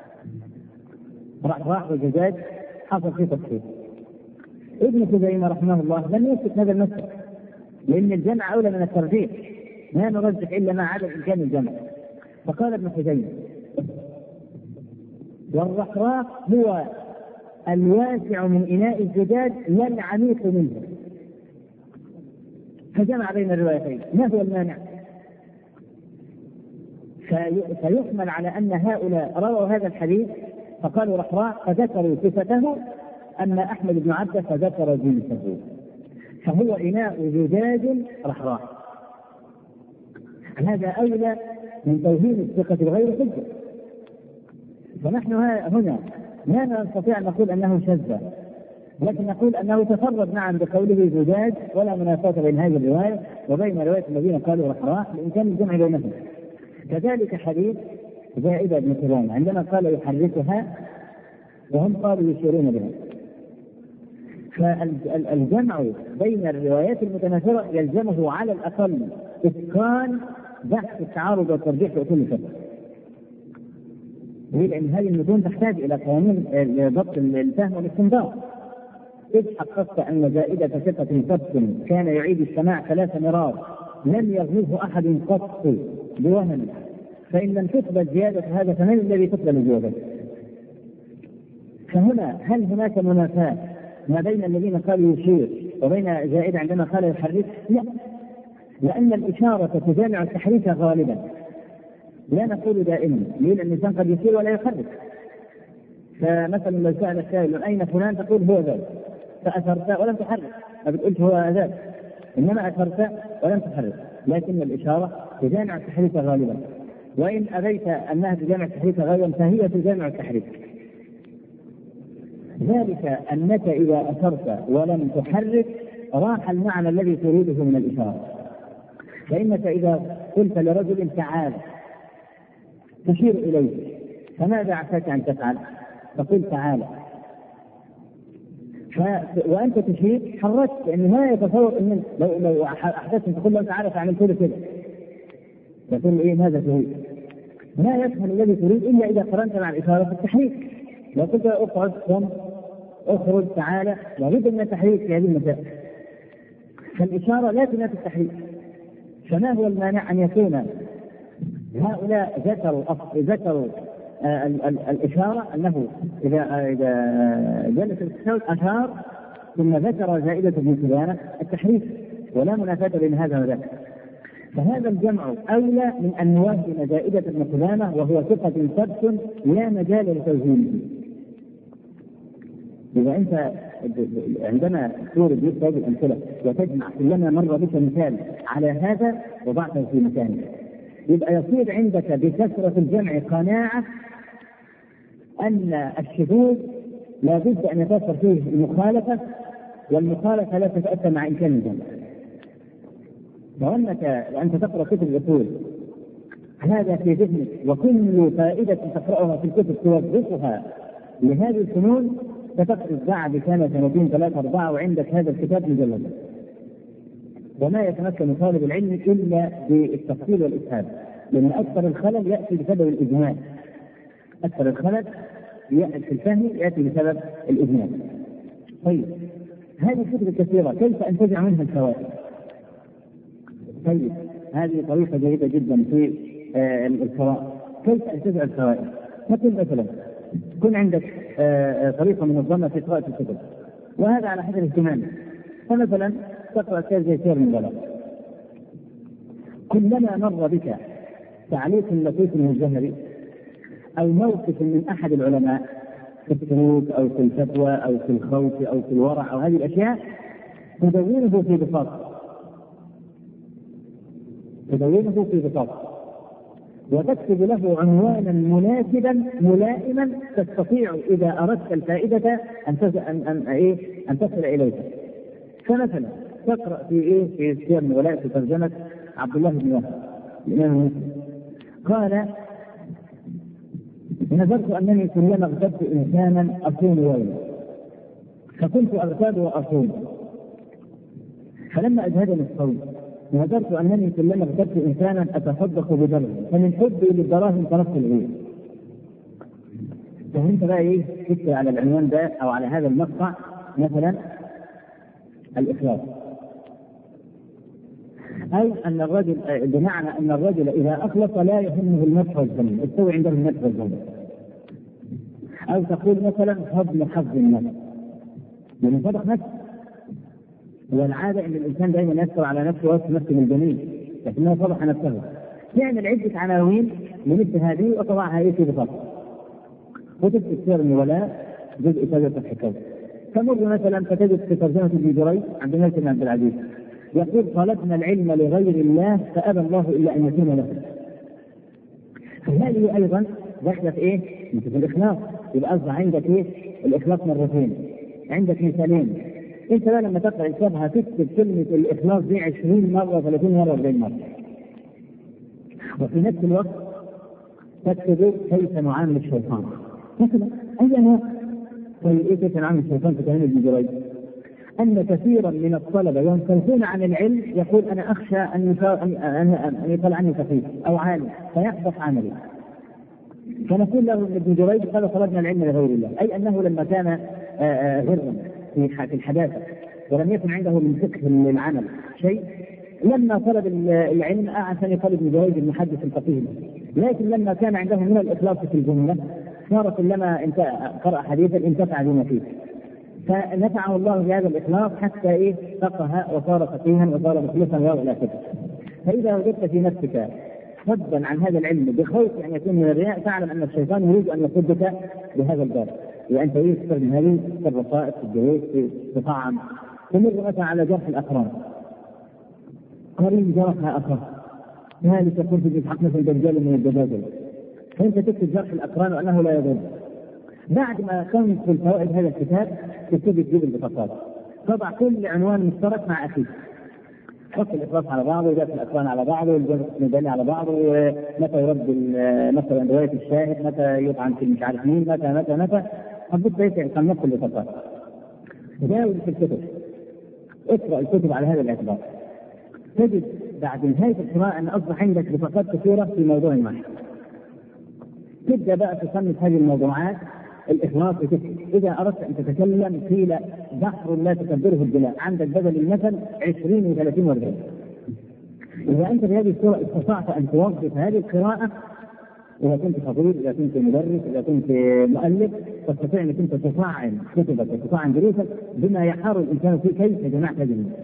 رحراح وزجاج حصل فيه تفصيل. ابن خزيمة رحمه الله لم يثبت هذا المسلك، لأن الجمع أولى من الترجيح، لا نرجح إلا ما عدا إمكان الجمع. فقال ابن خزيمة والرحراح هو الواسع من إناء الزجاج لا العميق منه، فجمع بين الروايتين. ما هو المانع؟ فيحمل على أن هؤلاء رووا هذا الحديث فقالوا رحراح فذكروا صفته، أما أحمد بن عبده فذكر جنسه، فهو إناء زجاج رحراح. هذا أولى من توهين الثقة بغير حجة. فنحن هنا لا نستطيع أن نقول أنه شذ، لكن نقول أنه تفرد نعم بقوله زجاج، ولا منافاة بين هذه الرواية وبين رواية الذين قالوا رحراح لإمكان الجمع بينهم. كذلك حديث زائدة بن كرام عندما قال يحركها وهم قالوا يشيرون بها. فالجمع بين الروايات المتناثرة يلزمه على الأقل إتقان بحث التعارض والترجيح وأصول الفقه، لأن هذه المتون تحتاج إلى قوانين ضبط الفهم والاستنباط. إذ حققت أن زائدة ثقة ثبت كان يعيد السماع ثلاث مرات لم يغلبه أحد قط بوهم، فإن لم تقبل زيادة هذا فمن الذي تقبل زيادته؟ فهنا هل هناك منافاة ما بين الذين قالوا يشير وبين زائدة عندما قال يحرك؟ لا، لأن الإشارة تجامع التحريك غالبا، لا نقول دائما، لأن الإنسان قد يشير ولا يحرك. فمثلا لو سأل السائل أين فلان تقول هو ذلك، فأثرت ولم تحرك، ما بتقولش هو أذان، إنما أثرت ولم تحرك، لكن الإشارة تجامع التحريك غالبا، وإن أبيت أنها تجامع التحريك غالبا فهي تجامع التحريك. ذلك أنك إذا أثرت ولم تحرك راح المعنى الذي تريده من الإشارة. فإنك إذا قلت لرجل تعال تشير إليه، فماذا عساك أن تفعل؟ تقول تعالى، ف... وأنت تشير حركت، لأنه ما يتصور أن لو لو أحدثت تقول له تعالى فعملت له كده، تقول إيه ماذا تريد؟ ما يفهم الذي تريد إلا إذا قرنت مع الإشارة في التحريك. لو قلت اقعد قم اخرج تعالى لابد من التحريك في هذه المسائل، فالإشارة لا تنافي التحريك. فما هو المانع أن يكون هؤلاء ذكروا ذكروا آه ال ال الإشارة أنه إذا آه إذا جلس التشهد أشار ثم ذكر زائدة ابن سبانة التحريك، ولا منافاة بين هذا وذاك. فهذا الجمع أولى من أن نوازن زائدة ابن سبانة وهو ثقة ثبت لا مجال لتوزينه. إذا أنت عندما تورد مثل هذه الأمثلة وتجمع كلما مر بك مثال على هذا وضعته في مكانه، يبقى يصير عندك بكثرة الجمع قناعة أن الشذوذ لا بد أن يتأثر فيه المخالفة، والمخالفة لا تتأثر مع إمكان الجمع. وأنك وأنت تقرأ كتب الأصول هذا في ذهنك، وكل فائدة تقرأها في الكتب توظفها لهذه الفنون، فتقرأ بعد سنة سنتين ثلاثة أربعة وعندك هذا الكتاب مجلد. وما يتمكن طالب العلم إلا بالتفصيل والإسهاب، لأن أكثر الخلل يأتي بسبب الإجمال. أكثر الخلل في الفهم يأتي بسبب الإجمال. طيب هذه الكتب الكثيرة كيف أنتزع منها الفوائد؟ طيب هذه طريقة جيدة جدا في آه القراءة. كيف أنتزع الفوائد؟ مثل مثلا يكون عندك آه طريقة منظمة في قراءة الكتب، وهذا على حسب اهتمامك. فمثلا تقرأ كتاب زي سير البلاغة، كلما مر بك تعليق لطيف من الجهري أو موقف من أحد العلماء في السلوك أو في الفتوى أو في الخوف أو في الورع أو هذه الأشياء تدونته في بساطة تدونته في بساطة وتكتب له عنوانا مناسبا ملائما تستطيع إذا أردت الفائدة أن أن أن إيه أن تصل إليها. فمثلا تقرأ في إيه في سير الولاء في ترجمة عبد الله بن وهب الإمام مسلم، قال: نظرت أنني كلما اغتبت إنسانا أصوم يوما، فكنت أغتاب وأصوم، فلما أجهدني الصوم نظرت أنني كلما اغتبت إنسانا أتصدق بدرهم، فمن حبي للدراهم تركت الغير. فأنت بقى إيه تكتب على العنوان ده أو على هذا المقطع مثلا الإخلاص، أي أن الرجل بمعنى أن الرجل إذا أخلص لا يهمه المدح والذم، يستوي عنده المدح والذم. أو تقول مثلا فضل حظ النفس، لأن صدق نفس، والعادة أن الإنسان دائما يسر على نفسه ويصف نفسه من جميل، لكنه صدق نفسه. تعمل عدة عناوين لمثل هذه وتضعها إيه في بساطة، وتكتب سير الولاء جزء ثلاثة الحكاية. تمر مثلا فتجد في ترجمة ابن جريج عبد الملك بن عبد العزيز يقول: طلبنا العلم لغير الله فأبى الله إلا أن يكون له. فهذه أيضا دخلت في إيه؟ في الإخلاص. يبقى أصبح عندك إيه؟ الإخلاص مرتين، عندك مثالين. أنت بقى لما تقرأ الشبهة تكتب كلمة الإخلاص دي عشرين مرة ثلاثين مرة أربعين مرة، وفي نفس الوقت تكتب كيف نعامل الشيطان مثلا. أي أنا طيب إيه كيف نعامل الشيطان في كلام ابن جريج؟ أن كثيرا من الطلبة ينصرفون عن العلم يقول: أنا أخشى أن أن يقال عني فقيه أو عالم فيحبط عملي. فنقول له ابن جريج قال: طلبنا العلم لغير الله، أي أنه لما كان غرا في الحداثة ولم يكن عنده من فقه للعمل شيء، لما طلب العلم أعسن يقال ابن جريج المحدث الفقيه، لكن لما كان عنده من الإخلاص في الجملة صار كلما انت قرأ حديثا انتفع بما فيه، فنفعه الله بهذا الإخلاص حتى إيه فقه وصار فقيها وصار مخلصا وإلى آخره. فإذا وجدت في نفسك صدا عن هذا العلم بخوف أن يكون من الرياء، فاعلم أن الشيطان يريد أن يصدك بهذا الباب. وأنت إيه تستخدم هذه في الرقائق، في الجويس، في الطعام. تمر مثلا على جرح الأقران، قريب جرح أخر، هذه تقول في إسحاق مثل الدجال من الدجاجل، فأنت تكتب جرح الأقران وأنه لا يضر. بعد ما تنقل فوائد هذا الكتاب تبتدي تجيب البطاقات، تضع كل عنوان مشترك مع أخيه، حط الإخلاص على بعضه وجرح الأقران على بعضه والجرح الميداني على بعضه، ومتى يرد مثلا رواية الشاهد، متى يطعن في مش عارف مين، متى متى متى حبيت بيت كان نقل البطاقات. جاوب في الكتب، اقرأ الكتب على هذا الاعتبار، تجد بعد نهاية القراءة أن أصبح عندك بطاقات كثيرة في موضوع واحد. تبدأ بقى تصنف هذه الموضوعات الإخلاص وتكتب. إذا أردت أن تتكلم قيل بحر لا تكبره البلاء، عندك بدل المثل عشرين وثلاثين واربعين. إذا أنت بهذه الصورة استطعت أن توظف هذه القراءة، إذا كنت خطيب، إذا كنت مدرس، إذا كنت مؤلف، تستطيع أنك أنت تطعن كتبك وتطعن دروسك بما يحار الإنسان فيه. كيف جمعت هذه المثل؟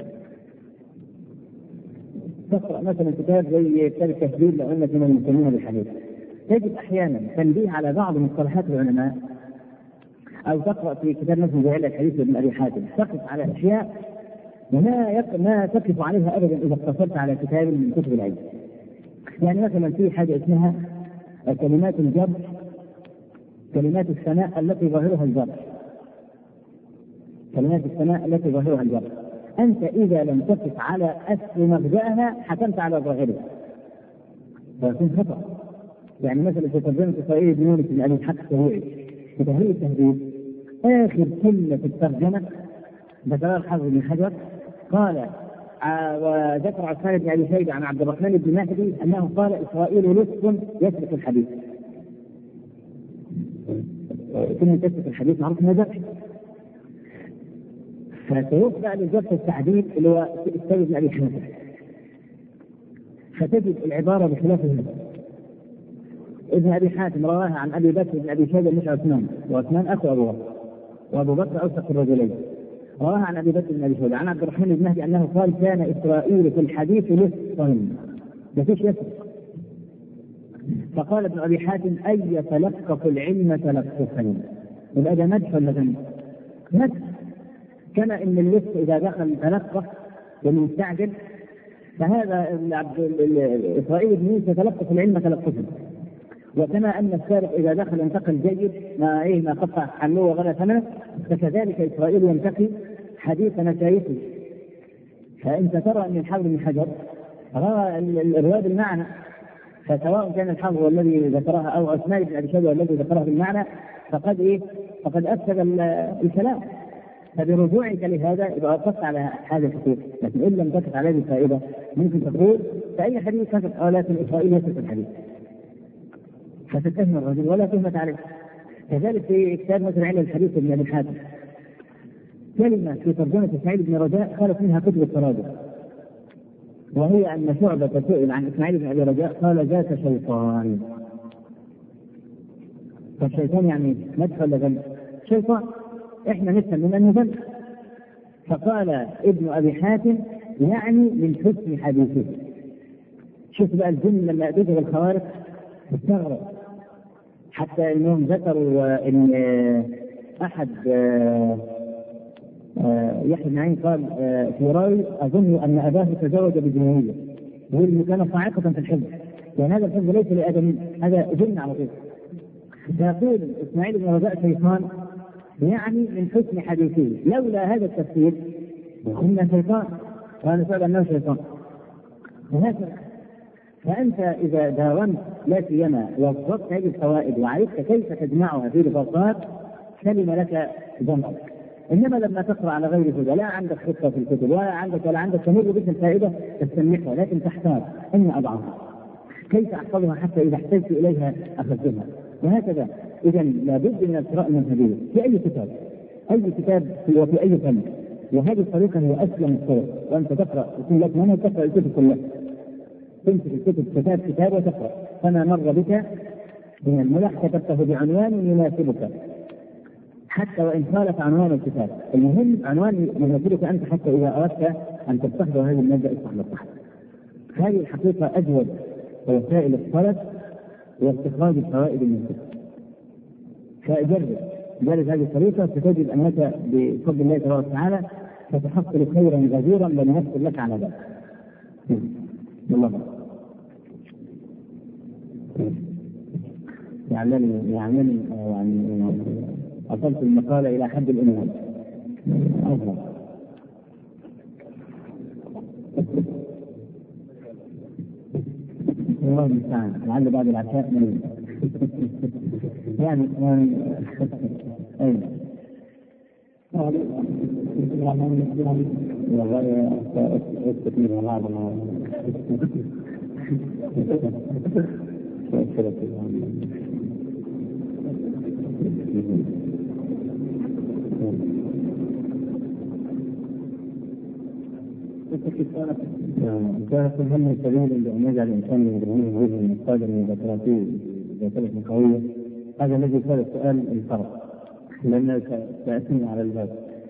تقرأ مثلا كتاب زي كتاب التهذيب لأنك من المهتمين بالحديث، تجد أحيانا تنبيه على بعض مصطلحات العلماء، أو تقرأ في كتاب مثل زي الحديث لابن أبي حاتم تقف على أشياء ما يق... ما تقف عليها أبدا إذا اقتصرت على كتاب من كتب العلم. يعني مثلا في حاجة اسمها كلمات الجر، كلمات الثناء التي ظاهرها الجر، كلمات الثناء التي ظاهرها الجر. أنت إذا لم تقف على أصل مبدأها حكمت على ظاهرها فيكون خطأ. يعني مثلا في ترجمة إسرائيل بن يونس بن أبي الحق السبوعي في تهذيب التهذيب، آخر كلمة في الترجمة ذكرها الحافظ بن حجر، قال آه وذكر عثمان بن أبي شيبة عن عبد الرحمن بن مهدي أنه قال إسرائيل لص يسرق الحديث. كلمة يسرق الحديث معروف انها ذبح، فتروح بقى للذبح التعديل اللي هو السيد بن أبي حاتم، فتجد العبارة بخلافه. ابن أبي حاتم رواها عن أبي بكر بن أبي شيبة مش عثمان، وعثمان أخو أبو بكر، وأبو بكر أوثق الرجلين. رواها عن أبي بكر بن أبي شيبة عن عبد الرحمن بن مهدي أنه قال كان إسرائيل في الحديث لصا مفيش يسرق. فقال ابن أبي حاتم أي يتلقف العلم تلقفا، يبقى ده مدح ولا ذنب؟ مدح. كما إن اللص إذا دخل تلقف ومستعجل، فهذا إسرائيل بن يونس يتلقف العلم تلقفا. وكما أن السارق إذا دخل انتقل جيد ما إيه ما قطع حلوه وغلى ثمنه، فكذلك إسرائيل ينتقي حديث نتائجه. فأنت ترى أن الحافظ بن حجر روى الرواية بالمعنى، فسواء كان الحافظ الذي ذكرها أو عثمان بن أبي شيبة الذي ذكرها بالمعنى فقد إيه فقد أفسد الكلام. فبرجوعك لهذا يبقى وقفت على هذا الحديث، لكن إن لم تقف على هذه الفائدة ممكن تقول فأي حديث كتب أو لكن إسرائيل يسرق الحديث فتتهم الرجل ولا تهمة عليه. كذلك في كتاب مثل علم الحديث ابن أبي حاتم كلمة في ترجمة إسماعيل بن رجاء خالت منها كتب التراجم، وهي أن شعبة سئل عن إسماعيل بن أبي رجاء قال ذاك شيطان. فالشيطان يعني مدح ولا ذنب؟ شيطان، إحنا نفهم من أنه ذنب. فقال ابن أبي حاتم يعني من حسن حديثه. شوف بقى الجملة لما أدوه الخوارق استغرب، حتى انهم ذكروا ان احد يحيى بن معين قال في راوي اظن ان اباه تزوج بجنيه، وهو كان صاعقة في الحفظ، يعني هذا الحفظ ليس لادمي، هذا جن على طول. فيقول اسماعيل بن رجاء شيطان يعني من حسن حديثه، لولا هذا التفسير قلنا شيطان وانا سأل انه شيطان. وهكذا فأنت إذا داومت لا سيما وضبطت هذه الفوائد وعرفت كيف تجمعها في رفاقات سلم لك ذنبك. إنما لما تقرأ على غير هدى لا عندك خطة في الكتب ولا عندك ولا عندك تمر بك الفائدة تستمعها، لكن تحتاج أن أضعها كيف أحفظها حتى إذا احتجت إليها أخذتها. وهكذا إذا لابد من القراءة المنهجية في أي كتاب أي كتاب وفي أي فن، وهذه الطريقة هي أسلم الطرق. وأنت تقرأ يكون لك منهج تقرأ الكتب كلها، تمسك الكتب كتاب كتاب وتقرأ. فما مر بك من الملح كتبته بعنوان يناسبك حتى وإن خالف عنوان الكتاب، المهم عنوان يناسبك أنت حتى إذا أردت أن تستخدم هذه المادة استخدمتها. هذه الحقيقة أجود وسائل الطلب واستخراج الفوائد من الكتب. فأجرب ذلك هذه الطريقة ستجد أنك بفضل الله تبارك وتعالى ستحصل خيرا غزيرا لن يحصل لك على ذلك. والله يعني يعني يعني أصلت المقالة إلى حد الإنهاء. أفضل. الله المستعان، لعل بعد العشاء من يعني أين والله أستكمل بعض ما كانت هم سبيل لأن يجعل الإنسان من جميع وجه من الصادر من ذكرته ذاكرة قوية. هذا الذي كان السؤال الفرق لأنه سأتم على الباب.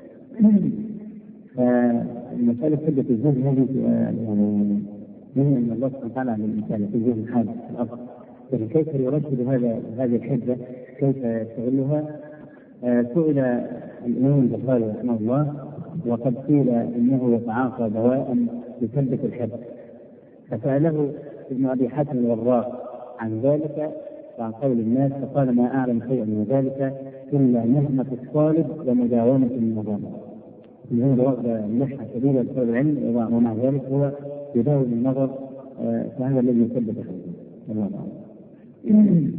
فمسألة حدة الزهد هذه يعني من أن الله سبحانه وتعالى عن الإنسان في الزهد الحادث في الأرض، لكن كيف يرشد هذا هذه الحدة كيف يستغلها؟ سئل الإمام البخاري رحمه الله وقد قيل إنه يتعاطى دواء لثبت الحدة، فسأله ابن أبي حاتم الوراق عن ذلك وعن قول الناس فقال ما أعلم شيئا من ذلك إلا نهمة الطالب ومداومة النظام. الذي واخذ منحة شديدة بسبب العلم ومع ذلك هو يداوم النظر، فهذا الذي يثبت الحدة. الله أعلم.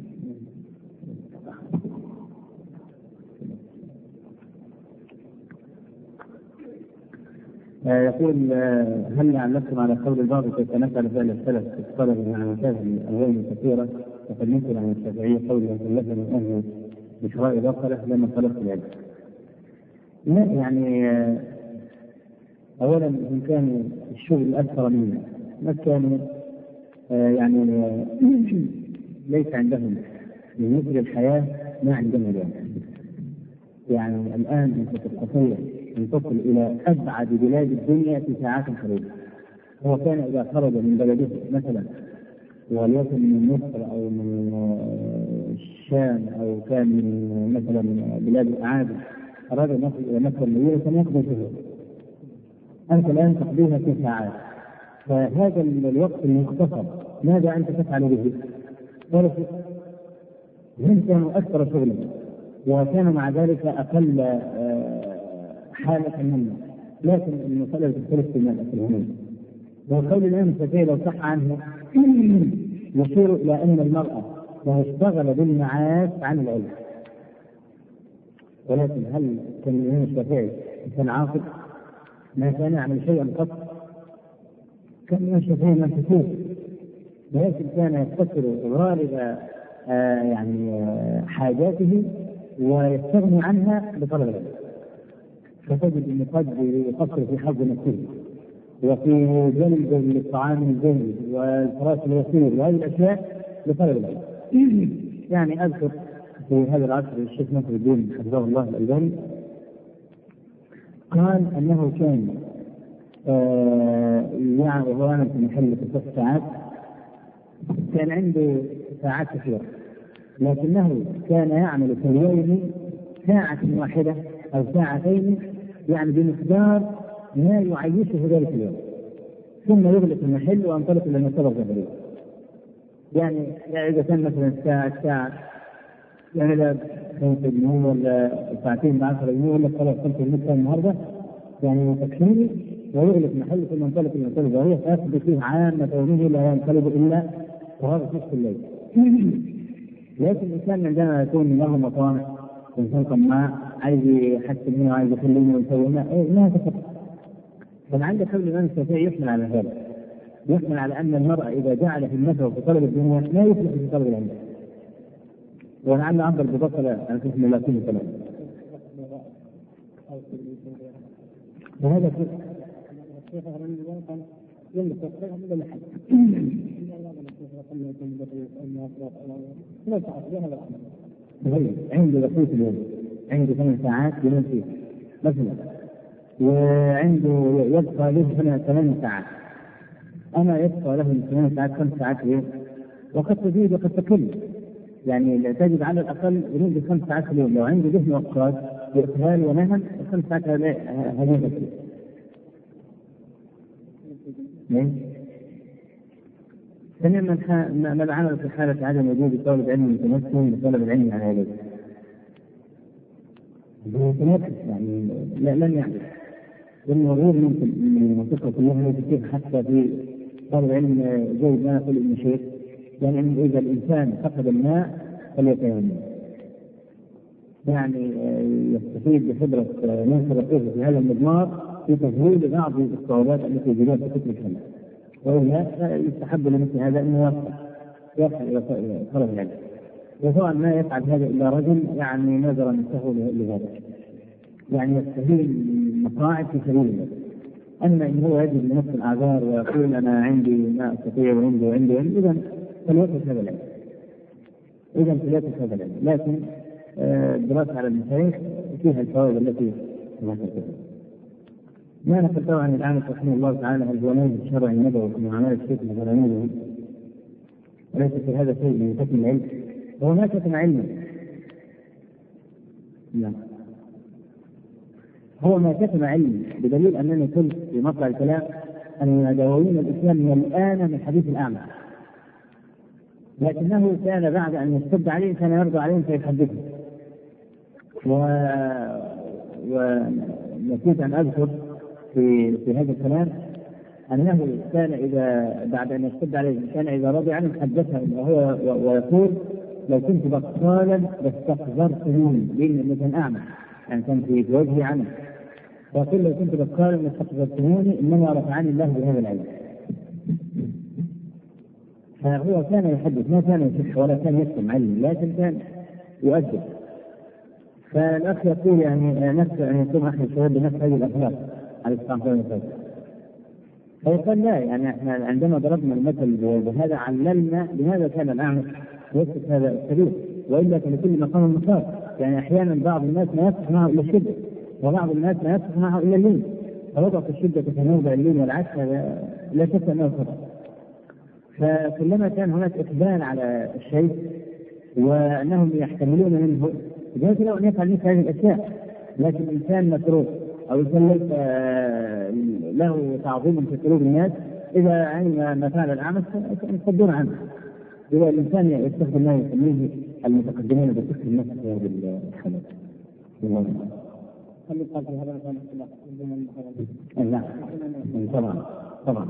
يقول هل علمتم على قول البعض كيف نفعل فعل السلف في الطلب عن المشاهد الألوان كثيرة وقد ننقل عن الشافعية قول لفظ من أهل بشراء بقرة لما طلبت العلم؟ لا يعني أولا إن كان الشغل أكثر منا ما كانوا يعني ليس عندهم من مثل الحياة ما عندنا اليوم. يعني الآن أنت تستطيع أن تصل إلى أبعد بلاد الدنيا في ساعات قليلة. هو كان إذا خرج من بلده مثلا وليكن من مصر أو من الشام أو كان من مثلا بلاد الأعاجم أراد أن يصل إلى مكة المدينة كان يقضي شهور، أنت الآن تقضيها في ساعات. فهذا الوقت المختصر ماذا أنت تفعل به؟ ولا شيء. هم كانوا أكثر شغلا وكانوا مع ذلك أقل حالة منا، لكن المسألة تختلف في المال. وقول الإمام الشافعي لو صح عنه يشير إلى أن المرأة لو اشتغل بالمعاش عن العلم. ولكن هل كان الإمام الشافعي كان عاقل؟ ما كان يعمل شيئا قط. كان الإمام الشافعي منفسوس، ولكن كان يقتصر غالب آه يعني آه حاجاته ويستغني عنها بطلب العلم. فتجد أن قد يقصر في حظ نفسه وفي جلب للطعام الجيد والفراش اليسير وهذه الأشياء لطلب العلم. يعني أذكر في هذا العصر الشيخ نصر الدين حفظه الله الألباني قال أنه كان آه يعني وهو عمل في محل في ست ساعات كان عنده ساعات كثيرة، لكنه كان يعمل في اليوم ساعة واحدة أو ساعتين يعني بمقدار ما يعيشه ذلك اليوم، ثم يغلق المحل وينطلق إلى المكتبة الظهرية. يعني إذا كان مثلا ساعة ساعة يعني لا خمسة جنيه ولا ساعتين بعشرة جنيه ولا خلاص خمسة جنيه النهارده يعني تكفيني، ويغلق محل ثم ينطلق إلى المكتبة الظهرية فيقضي فيه عامة يومه لا ينقلب إلا وهذا نصف الليل. لكن الإنسان عندما يكون له مطامع إنسان طماع عايز يحسن هنا وعايز يخليني ويسوي هنا إيه ما تفكر. فلعل قول الإمام الشافعي يحمل على هذا، يحمل على أن المرء إذا جعل في النفع في طلب الدنيا لا يفلح في طلب العلم. ولعل عبر ببطل عن اسم الله كله كلام. وهذا في عنده بقية اليوم، عنده ثمان ساعات ينام فيه مثلا، وعنده يبقى له ثمان ساعات. أنا يبقى له ثمان ساعات خمس ساعات اليوم، وقد تزيد وقد تقل. يعني تجد على الأقل يريد خمس ساعات في اليوم، لو عنده ذهن وقت وإقبال ونهم خمس ساعات هذه كثير. ثانيا من العمل في حالة عدم وجود طالب علم متمكن بطلب العلم على يديه. متمكن يعني لا لن يعرف، لأنه غير ممكن أن المنطقة كلها تصير حتى في طالب علم جيد ما يقول ابن شيخ، يعني إذا الإنسان فقد الماء فليتيمم، يعني يستفيد بخبرة من خبرته في هذا المضمار في تسهيل بعض الصعوبات التي يجدها في كتب الحمل، وإلا يستحب لمثل هذا أنه يصل يصل إلى طلب العلم. وطبعا ما يفعل هذا إلا رجل يعني نذر نفسه لذلك، يعني يستهين المصاعب في سبيل الله. أما إن هو يجد لنفس الأعذار ويقول أنا عندي ما أستطيع وعندي وعندي إذا فليترك هذا العلم، إذا فليترك هذا العلم. لكن الدراسة على المشايخ فيها الفوائد التي ذكرتها. ما نقل عن الأعمش رحمه الله تعالى هل هو نهج الشرع النبوي في معاملة الشيخ مثلا، وليس في هذا شيء من كتم العلم، هو ما كتم علمه، لا هو ما كتم علمه، بدليل أنني قلت في مطلع الكلام أن دواوين الإسلام من الآن من حديث الأعمش، لكنه كان بعد أن يشتد عليه كان يرضى عليهم فيحدثه. و... ونسيت أن أذكر في في هذا الكلام أنه كان إذا بعد أن يشتد عليه كان إذا رضي عنه حدثه وهو ويقول لو كنت بطالا لاستقذرتموني، لأن كان أعمى يعني كان في وجهي عنه، ويقول لو كنت بطالا لاستقذرتموني إنما رفعني الله بهذا العلم. فهو كان يحدث ما كان يصح ولا كان يكتم علم، لكن كان يؤدب. فالأخ يقول يعني نفس أن يكون أحد الشباب بنفس هذه الأخلاق على الإسلام. فيقول لا، يعني احنا عندما ضربنا المثل بهذا عللنا لماذا كان الأعمش يسلك هذا السبيل، وإلا فلكل مقام مقام. يعني أحيانا بعض الناس ما يصح معه إلا الشدة، وبعض الناس ما يصح معه إلا اللين، فوضع الشدة في موضع اللين والعكس هذا لا شك أنه خطأ. فكلما كان هناك إقبال على الشيء وأنهم يحتملون منه جاءت له أن يفعل مثل هذه الأشياء، لكن الإنسان متروك أو إنسان ليس له تعظيم في قلوب الناس إذا علم ما فعل الأعمش يصدون عنه. إذا الإنسان يستخدم ما يسميه المتقدمين بفكر النفس في هذه الحالات. هل يقال في هذا المكان؟ لا طبعا طبعا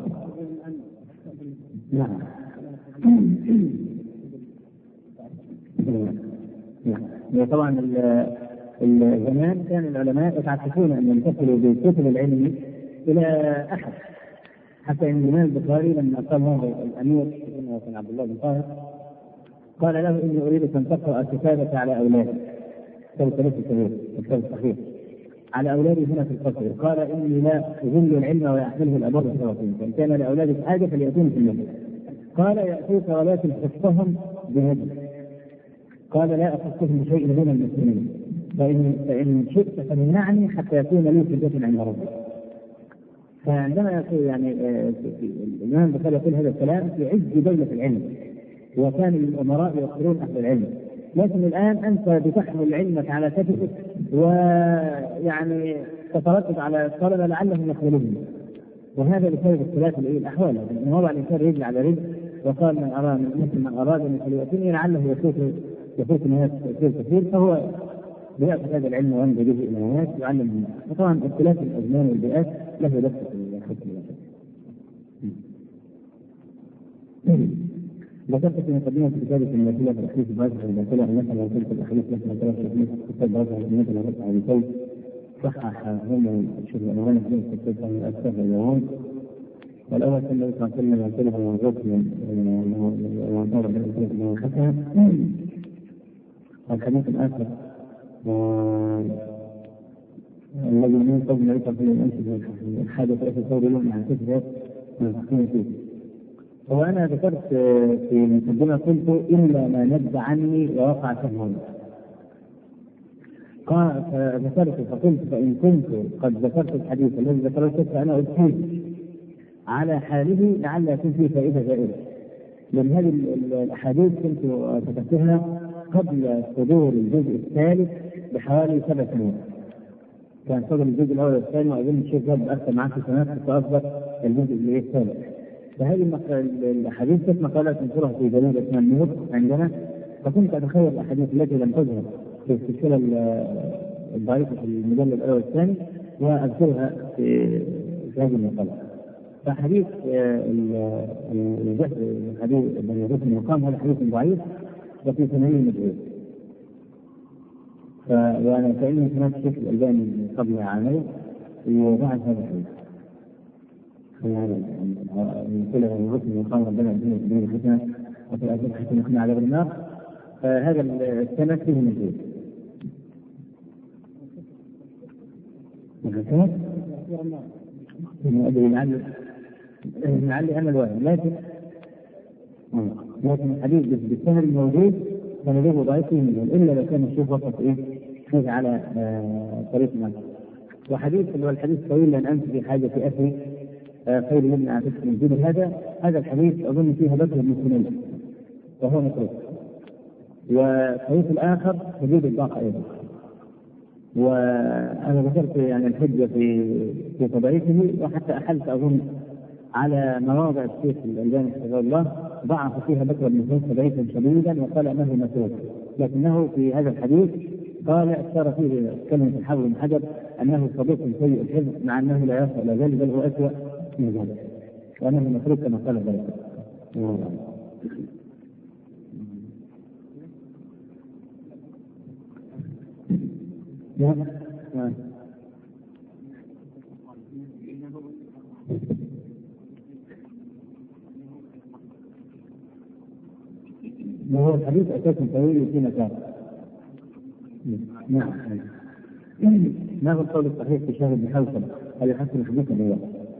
نعم نعم. طبعا الزمان كان العلماء يتعسفون أن ينتقلوا بالكتب العلمي إلى أحد، حتى أن الإمام البخاري لما قال له الأمير بن عبد الله بن طاهر قال له إني أريد أن تقرأ الكتابة على أولادي، كتاب الثلاث الكبير الكتاب الصحيح على أولادي هنا في القصر. قال إني لا أذل العلم ويحمله الأبر الشياطين، فإن كان لأولادك حاجة فليأتوني في المسجد. قال يأتوك ولكن خصهم بهدي، قال لا أخصهم بشيء دون المسلمين، فإن, فإن شئت فمنعني حتى يكون لي سجة عند ربي. فعندما يقول يعني الإمام البخاري يقول هذا الكلام في عز دولة العلم، وكان الأمراء يؤخرون أهل العلم، لكن الآن أنت بتحمل علمك على كتفك ويعني تتردد على الطلبة لعلهم يقبلون، وهذا بسبب اختلاف الأحوال. يعني وضع الإنسان رجل على رجل وقال من أراد مثل من أراد أن يأتيني لعله يفوت يفوت الناس كثير كثير، فهو بيأخذ هذا العلم وينبغي به إلى الناس يعلم الناس. وطبعا اختلاف الأزمان والبيئات له دخل في الحكم. ذكرت في مقدمة كتابة المثلة في الأحاديث الباطلة المثلة أن مثلا تلك الأحاديث مثلا ثلاث أحاديث كتاب باطلة المثلة رفع عن الكون صحح هم الشيخ الألباني في الكتاب من أكثر اليوم. والأول كان النبي صلى الله عليه وسلم ينتبه من الركن وينطور بالإنسان من الحسنة. والحديث الآخر الذي من قبل النبي صلى الله عليه وسلم الحادث في الثور لهم مع كثرة من الحكيم فيه. وأنا ذكرت في مقدمة قلت إلا ما ند عني ووقع سهوا. قال فذكرت فقلت فإن كنت قد ذكرت الحديث الذي ذكرته فأنا أبكيه على حاله لعل يكون فيه فائدة زائدة، لأن هذه الأحاديث كنت كتبتها قبل صدور الجزء الثالث بحوالي سبع سنوات. كان صدر الجزء الاول والثاني واظن الشيخ جاب اكثر من عشر سنوات حتى اصدر الجزء الثالث. فهذه الاحاديث كانت مقالات تنشرها في جريده اسمها النور عندنا، فكنت اتخيل الاحاديث التي لم تظهر في السلسله الضعيفه في المجلد الاول والثاني واذكرها في هذه المقالات. فحديث الجهل الحديث الذي يدرس المقام هذا حديث ضعيف وفي ثمانين مجهول. وانا كاني سمعت الشيخ الالباني قبل عامين وبعد هذا الحديث. كل الرسل المقام ربنا يدينا في الدنيا الحسنه وفي الاخره حتى نكون على النار. فهذا السند فيه مجهول. لعل لعلي انا الواحد، لكن لكن الحديث بالسهل الموجود سنده ضعيف فيه مجهول الا لو كان الشيخ وقف ايه فيه على آه طريق مالك. وحديث اللي هو الحديث الطويل لان انت في حاجه في اخي آه خير من اعتقد من جبل هذا هذا الحديث اظن فيه بكر بن سنين وهو متروك. والحديث الاخر حدود الضاقه ايضا. وانا ذكرت يعني الحجه في في تضعيفه وحتى احلت اظن على مواضع الشيخ الالباني حفظه الله ضعف فيها بكر بن سنين تضعيفا شديدا وقال انه متروك، لكنه في هذا الحديث قال اشار فيه كلمه الحافظ بن حجر انه صدوق سيء الحفظ مع انه لا يصل الى ذلك بل هو اسوء من ذلك وانه متروك كما قال ذلك. وهو الحديث اساسا طويل في مكان. نعم. ما هو القول الصحيح في شاهد بن حوشب هل يحسن الحديث بالله؟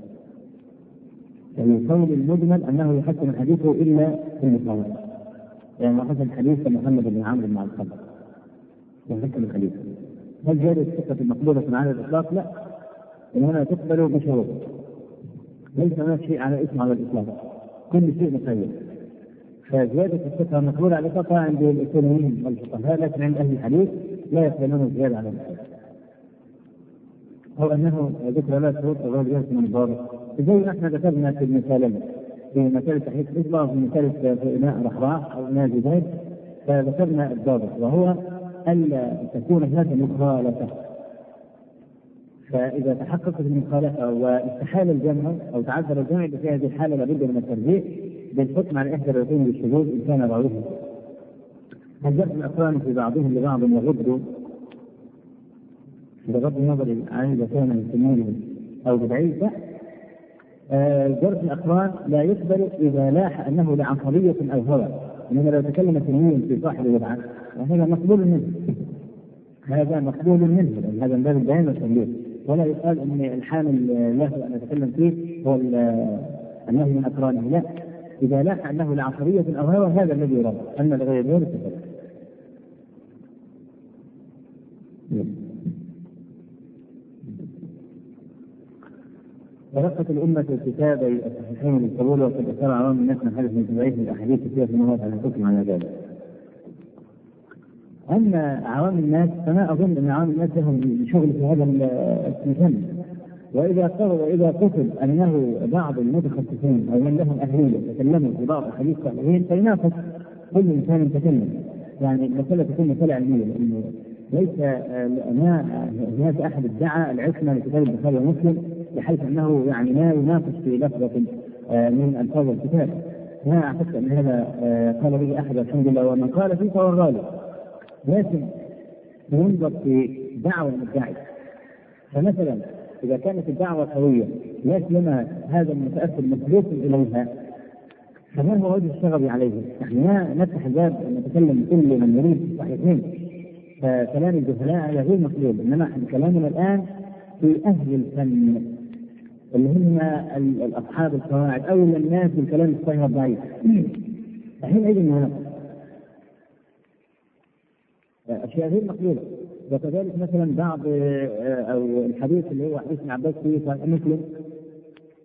يعني القول المجمل انه يحسن حديثه الا في المصالح. يعني حسن الحديث محمد بن عمرو بن الخطاب يحسن الحديث. هل زيادة الثقة المقبولة على الإطلاق؟ لا، إنما تقبل بشروط. ليس هناك شيء على اسم على الإطلاق، كل شيء مخير. فزيادة الثقة المقبولة على الإطلاق عند الأصوليين والفقهاء، لكن عند أهل الحديث لا يقبلون الزيادة على الإطلاق. أو أنه ذكر لا شروط غير جالس من الضابط. زي ما احنا ذكرنا في المثالين في مسألة تحقيق الإصبع وفي مسألة في إناء رحراح أو إناء زجاج، فذكرنا الضابط وهو ألا تكون هناك مخالفة. فإذا تحققت المخالفة واستحال الجمع أو تعذر الجمع في هذه الحالة لابد من الترجيح بالحكم على إحدى الروايتين بالشذوذ إن كان راويه. هل جرت الأقران في بعضهم لبعض يغض بغض النظر عن إذا كان من سنين أو بدعي؟ جرت الأقران لا يقبل إذا لاح أنه لعصبية أو هوى، إنما لو تكلم سنين في صاحب البدعة هذا مقبول منه، هذا مقبول منه لأن هذا من باب البيان والتنبيه، ولا يقال أن الحامل له أن نتكلم فيه هو النهي من أقرانه، لا، إذا لاح أنه لعصبية أو هوى هذا الذي يراد، أما لغير ذلك فلا. تلقت الأمة الكتاب الصحيحين للقبول وقد أثار عوام الناس من حدث من تبعيه الأحاديث كثيرة في المواد على الحكم على ذلك. أما عوام الناس فما أظن أن عوام الناس لهم شغل في هذا المكان، وإذا قرر وإذا قتل أنه بعض المتخصصين أو من لهم أهلية تكلموا في بعض الحديث الصحيحين فيناقش كل إنسان تكلم، يعني المسألة تكون مسألة علمية، لأنه ليس هناك أحد ادعى العصمة لكتاب البخاري ومسلم بحيث أنه يعني لا يناقش في لفظة من ألفاظ الكتاب. ما أعتقد أن هذا قال به أحد الحمد لله، ومن قال فيه فهو الغالب، لكن ينظر في دعوة المدعي. فمثلا إذا كانت الدعوة قوية لكن هذا المتأثر مسلوك إليها فما هو وجه الشغب عليه؟ نحن ما نفتح الباب نتكلم كل من يريد صحيحين، فكلام الجهلاء هذا غير مطلوب، إنما كلامنا الآن في أهل الفن اللي هم الأصحاب القواعد أو الناس بالكلام الصحيح الضعيف. حينئذ هنا أشياء غير مقبولة. وكذلك مثلا بعض أو الحديث اللي هو حديث ابن عباس في صحيح مسلم،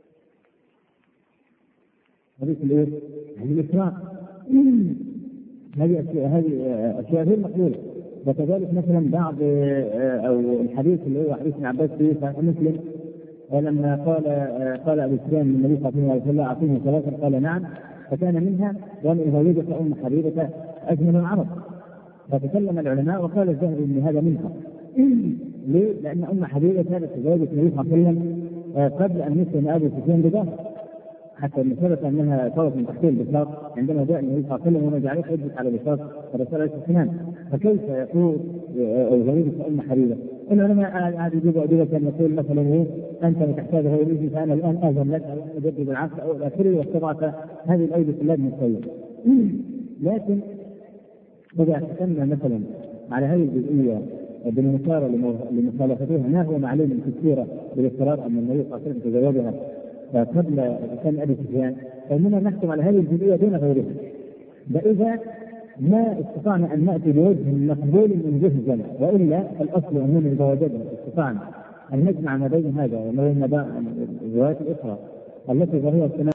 حديث الإيه؟ الإسراء، هذه هذه أشياء غير مقبولة. وكذلك مثلا بعض أو الحديث اللي هو حديث ابن عباس في صحيح مسلم لما قال قال أبو سفيان للنبي صلى الله عليه وسلم أعطيني ثلاثة قال نعم، فكان منها وأن إذا وجدت أم حبيبة أجمل العرب. فتكلم العلماء وقال الذهبي أن هذا منها. ليه؟ لأن أم حبيبة كانت تزوجت النبي صلى الله عليه وسلم قبل أن يسلم أبو سفيان بذلك، حتى أن ثبت أنها صارت من تحت البساط عندما جاء النبي صلى الله عليه وسلم ونجعله يجلس على بساط الرسول عليه السلام. فكيف يقول زوجة أم حبيبة؟ العلماء عاد يجيبوا أدلة كان يقول مثلا إيه أنت تحتاجه إليه فأنا الآن أذن لك أو أجدد العقد أو الآخرة، واستطعت هذه الأيدي كلها من السيد. لكن إذا حكمنا مثلا على هذه الجزئية بالمشارة لمخالفتها ما هو معلوم في السيرة بالافتراض أن النبي صلى الله عليه وسلم تزوجها قبل كان أبي سفيان، فإننا نحكم على هذه الجزئية دون غيرها. فإذا ما استطعنا أن نأتي بوجه مقبول من وجه الجمع، وإلا الأصل أننا إذا وجدنا استطعنا أن نجمع ما بين هذا وما بين الروايات الأخرى التي ظاهرة